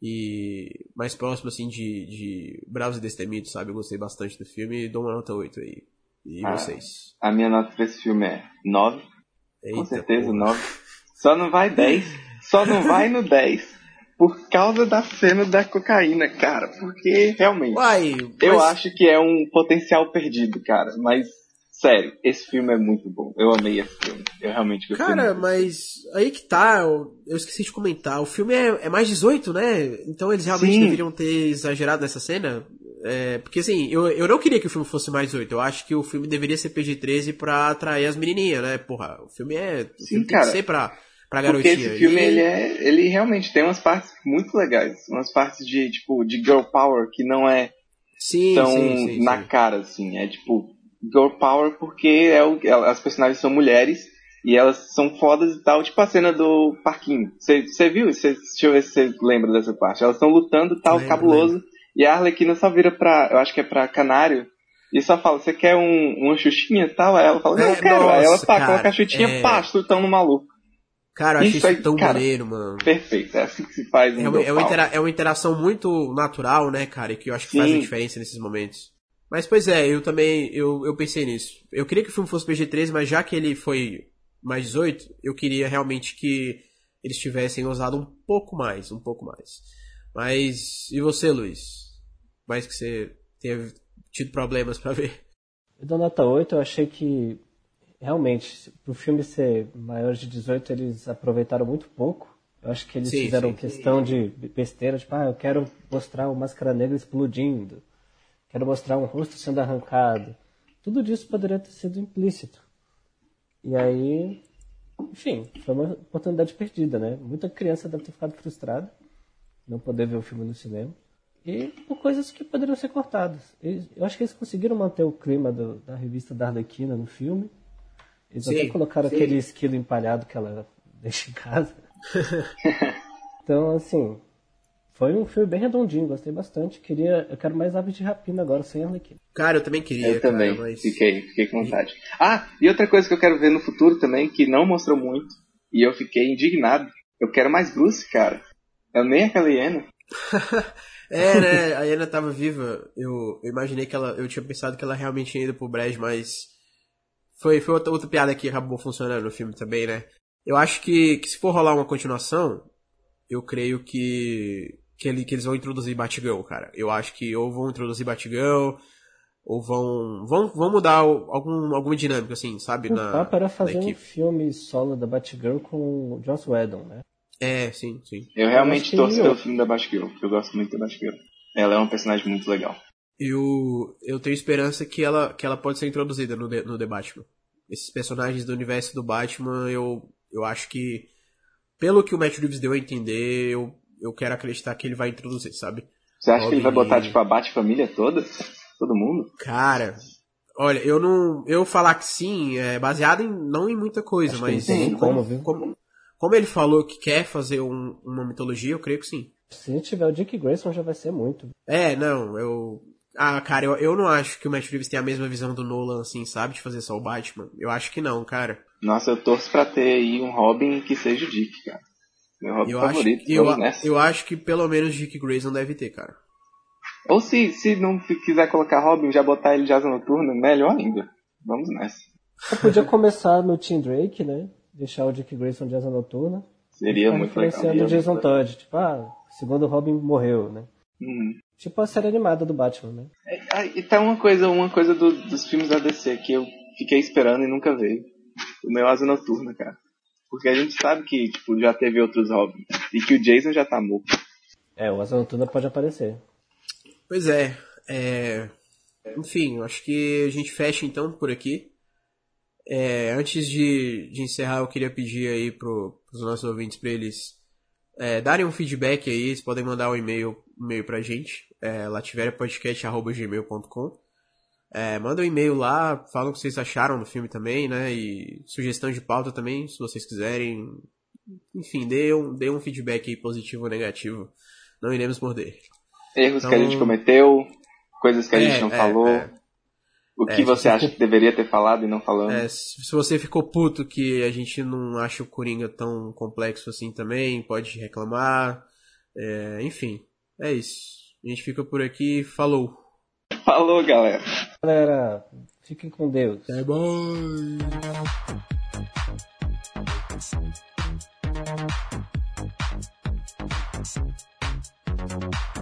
[SPEAKER 1] e mais próximo, assim, de, de Bravos e Destemidos, sabe? Eu gostei bastante do filme e dou uma nota oito aí. E
[SPEAKER 2] Ah,
[SPEAKER 1] vocês?
[SPEAKER 2] a minha nota pra esse filme é nove.
[SPEAKER 1] Eita,
[SPEAKER 2] Com certeza,
[SPEAKER 1] porra.
[SPEAKER 2] nove. Só não vai dez. Só não vai no dez por causa da cena da cocaína, cara. Porque, realmente,
[SPEAKER 1] Uai,
[SPEAKER 2] eu
[SPEAKER 1] mas-
[SPEAKER 2] acho que é um potencial perdido, cara. Mas, sério, esse filme é muito bom. Eu amei esse filme. Eu realmente gostei
[SPEAKER 1] Cara,
[SPEAKER 2] muito.
[SPEAKER 1] mas aí que tá, eu, eu esqueci de comentar. O filme é, é mais dezoito, né? Então eles realmente
[SPEAKER 2] Sim.
[SPEAKER 1] deveriam ter exagerado nessa cena. É, porque assim, eu, eu não queria que o filme fosse mais dezoito. Eu acho que o filme deveria ser P G treze pra atrair as menininhas, né? Porra, o filme é. O
[SPEAKER 2] Sim,
[SPEAKER 1] filme tem
[SPEAKER 2] cara.
[SPEAKER 1] que ser pra, pra
[SPEAKER 2] Porque
[SPEAKER 1] garotinha.
[SPEAKER 2] esse filme,
[SPEAKER 1] E-
[SPEAKER 2] ele é. Ele realmente tem umas partes muito legais. Umas partes de, tipo, de girl power que não é
[SPEAKER 1] Sim,
[SPEAKER 2] tão
[SPEAKER 1] sim, sim,
[SPEAKER 2] na
[SPEAKER 1] sim.
[SPEAKER 2] cara, assim. É tipo, girl power porque é o, ela- as personagens são mulheres e elas são fodas e tal. Tipo a cena do parquinho. Você viu? Cê, deixa eu ver se você lembra dessa parte. Elas estão lutando e tal,
[SPEAKER 1] Lembro,
[SPEAKER 2] cabuloso. E a Arlequina só vira pra, eu acho que é pra Canário, e só fala, você quer um, uma xuxinha e tal? Aí ela fala, não,
[SPEAKER 1] É,
[SPEAKER 2] eu quero. Aí ela
[SPEAKER 1] nossa,
[SPEAKER 2] pá,
[SPEAKER 1] cara,
[SPEAKER 2] coloca a xuxinha,
[SPEAKER 1] é-
[SPEAKER 2] pá, chutão no maluco.
[SPEAKER 1] Cara, eu achei
[SPEAKER 2] Isso
[SPEAKER 1] isso
[SPEAKER 2] aí,
[SPEAKER 1] tão
[SPEAKER 2] cara,
[SPEAKER 1] maneiro, mano.
[SPEAKER 2] Perfeito, é assim que se faz um
[SPEAKER 1] É uma,
[SPEAKER 2] girl
[SPEAKER 1] é, uma
[SPEAKER 2] power.
[SPEAKER 1] intera- é uma interação muito natural, né, cara? E que eu acho que
[SPEAKER 2] Sim.
[SPEAKER 1] faz a diferença nesses momentos. Mas, pois é, eu também eu, eu pensei nisso. Eu queria que o filme fosse P G treze, mas já que ele foi mais dezoito, eu queria realmente que eles tivessem usado um pouco mais, um pouco mais. Mas, e você, Luiz? Mais que você tenha tido problemas pra ver.
[SPEAKER 3] Eu dou nota oito, eu achei que realmente, pro filme ser maior de dezoito, eles aproveitaram muito pouco. Eu acho que eles
[SPEAKER 1] Sim,
[SPEAKER 3] fizeram
[SPEAKER 1] sim.
[SPEAKER 3] questão de besteira, tipo, ah, eu quero mostrar o Máscara Negra explodindo, quero mostrar um rosto sendo arrancado. Tudo disso poderia ter sido implícito. E aí, enfim, foi uma oportunidade perdida, né? Muita criança deve ter ficado frustrada, não poder ver o filme no cinema. E por coisas que poderiam ser cortadas. Eles- eu acho que eles conseguiram manter o clima do- da revista da Arlequina no filme. Eles
[SPEAKER 1] Sim,
[SPEAKER 3] até colocaram
[SPEAKER 1] sim.
[SPEAKER 3] aquele esquilo empalhado que ela deixa em casa. Então, assim, foi um filme bem redondinho, gostei bastante. Queria, eu quero mais Aves de Rapina agora, sem Arlequina.
[SPEAKER 1] Cara, eu também queria,
[SPEAKER 2] Eu também,
[SPEAKER 1] cara, mas...
[SPEAKER 2] fiquei, fiquei com vontade. Ah, e outra coisa que eu quero ver no futuro também, que não mostrou muito, e eu fiquei indignado. Eu quero mais Bruce, cara. Eu nem aquela hiena.
[SPEAKER 1] É, né? A Ana tava viva. Eu, eu imaginei que ela. Eu tinha pensado que ela realmente tinha ido pro brejo, mas. Foi, foi outra, outra piada que acabou funcionando no filme também, né? Eu acho que, que se for rolar uma continuação, eu creio que. que, ele, que eles vão introduzir Batgirl, cara. Eu acho que ou vão introduzir Batgirl, ou vão, vão, vão mudar algum, alguma dinâmica, assim, sabe?
[SPEAKER 3] O
[SPEAKER 1] na,
[SPEAKER 3] papo era fazer
[SPEAKER 1] na
[SPEAKER 3] um filme solo da Batgirl com o Joss Whedon, né?
[SPEAKER 1] É, sim, sim.
[SPEAKER 2] Eu realmente
[SPEAKER 3] eu
[SPEAKER 2] torço
[SPEAKER 3] que...
[SPEAKER 2] pelo filme da Batgirl, porque eu gosto muito da Batgirl. Ela é um personagem muito legal.
[SPEAKER 1] Eu, eu tenho esperança que ela, que ela pode ser introduzida no The, no The Batman. Esses personagens do universo do Batman, eu, eu acho que, pelo que o Matt Reeves deu a entender, eu, eu quero acreditar que ele vai introduzir, sabe?
[SPEAKER 2] Você acha
[SPEAKER 1] Robin
[SPEAKER 2] que ele vai botar,
[SPEAKER 1] e...
[SPEAKER 2] tipo, a Bat-família toda? Todo mundo?
[SPEAKER 1] Cara, olha, eu não... Eu falar que sim, é baseado em, não em muita coisa,
[SPEAKER 3] acho
[SPEAKER 1] mas...
[SPEAKER 3] Que não tem nem como, viu?
[SPEAKER 1] Como, como ele falou que quer fazer um, uma mitologia, eu creio que sim.
[SPEAKER 3] Se tiver o Dick Grayson já vai ser muito.
[SPEAKER 1] É, não, eu... Ah, cara, eu, eu não acho que o Matt Reeves tem a mesma visão do Nolan, assim, sabe? De fazer só o Batman. Eu acho que não, cara.
[SPEAKER 2] Nossa, eu torço pra ter aí um Robin que seja o Dick, cara. Meu Robin
[SPEAKER 1] eu
[SPEAKER 2] favorito.
[SPEAKER 1] Acho, eu,
[SPEAKER 2] nessa.
[SPEAKER 1] eu acho que pelo menos Dick Grayson deve ter, cara.
[SPEAKER 2] Ou se, se não quiser colocar Robin, já botar ele de Asa Noturna, melhor ainda. Vamos nessa.
[SPEAKER 3] Eu podia começar no Tim Drake, né? Deixar o Dick Grayson de Asa Noturna.
[SPEAKER 2] Seria muito legal.
[SPEAKER 3] Referenciando o Jason Todd. Tipo, ah, segundo o Robin morreu, né?
[SPEAKER 2] Uhum.
[SPEAKER 3] Tipo a série animada do Batman, né?
[SPEAKER 2] É, e tá uma coisa, uma coisa do, dos filmes da D C que eu fiquei esperando e nunca veio. O meu Asa Noturna, cara. Porque a gente sabe que, tipo, já teve outros Robin. E que o Jason já tá morto.
[SPEAKER 3] É, o Asa Noturna pode aparecer.
[SPEAKER 1] Pois é, é... Enfim, acho que a gente fecha então por aqui. É, antes de, de encerrar, eu queria pedir aí pro, pros nossos ouvintes pra eles é, darem um feedback aí. Eles podem mandar um e-mail, um e-mail pra gente, é, lativeriapodcast arroba gmail ponto com. É, manda um e-mail lá, falam o que vocês acharam do filme também, né? E sugestão de pauta também, se vocês quiserem. Enfim, dê um, dê um feedback aí, positivo ou negativo. Não iremos morder.
[SPEAKER 2] Erros
[SPEAKER 1] então,
[SPEAKER 2] que a gente cometeu, coisas que a
[SPEAKER 1] é,
[SPEAKER 2] gente não
[SPEAKER 1] é,
[SPEAKER 2] falou.
[SPEAKER 1] É.
[SPEAKER 2] O que
[SPEAKER 1] É,
[SPEAKER 2] você acha
[SPEAKER 1] ficou...
[SPEAKER 2] que deveria ter falado e não falando?
[SPEAKER 1] É, se você ficou puto que a gente não acha o Coringa tão complexo assim também, pode reclamar. É, enfim, é isso. A gente fica por aqui. Falou.
[SPEAKER 2] Falou, galera.
[SPEAKER 3] Galera, fiquem com Deus.
[SPEAKER 1] Bye, bye.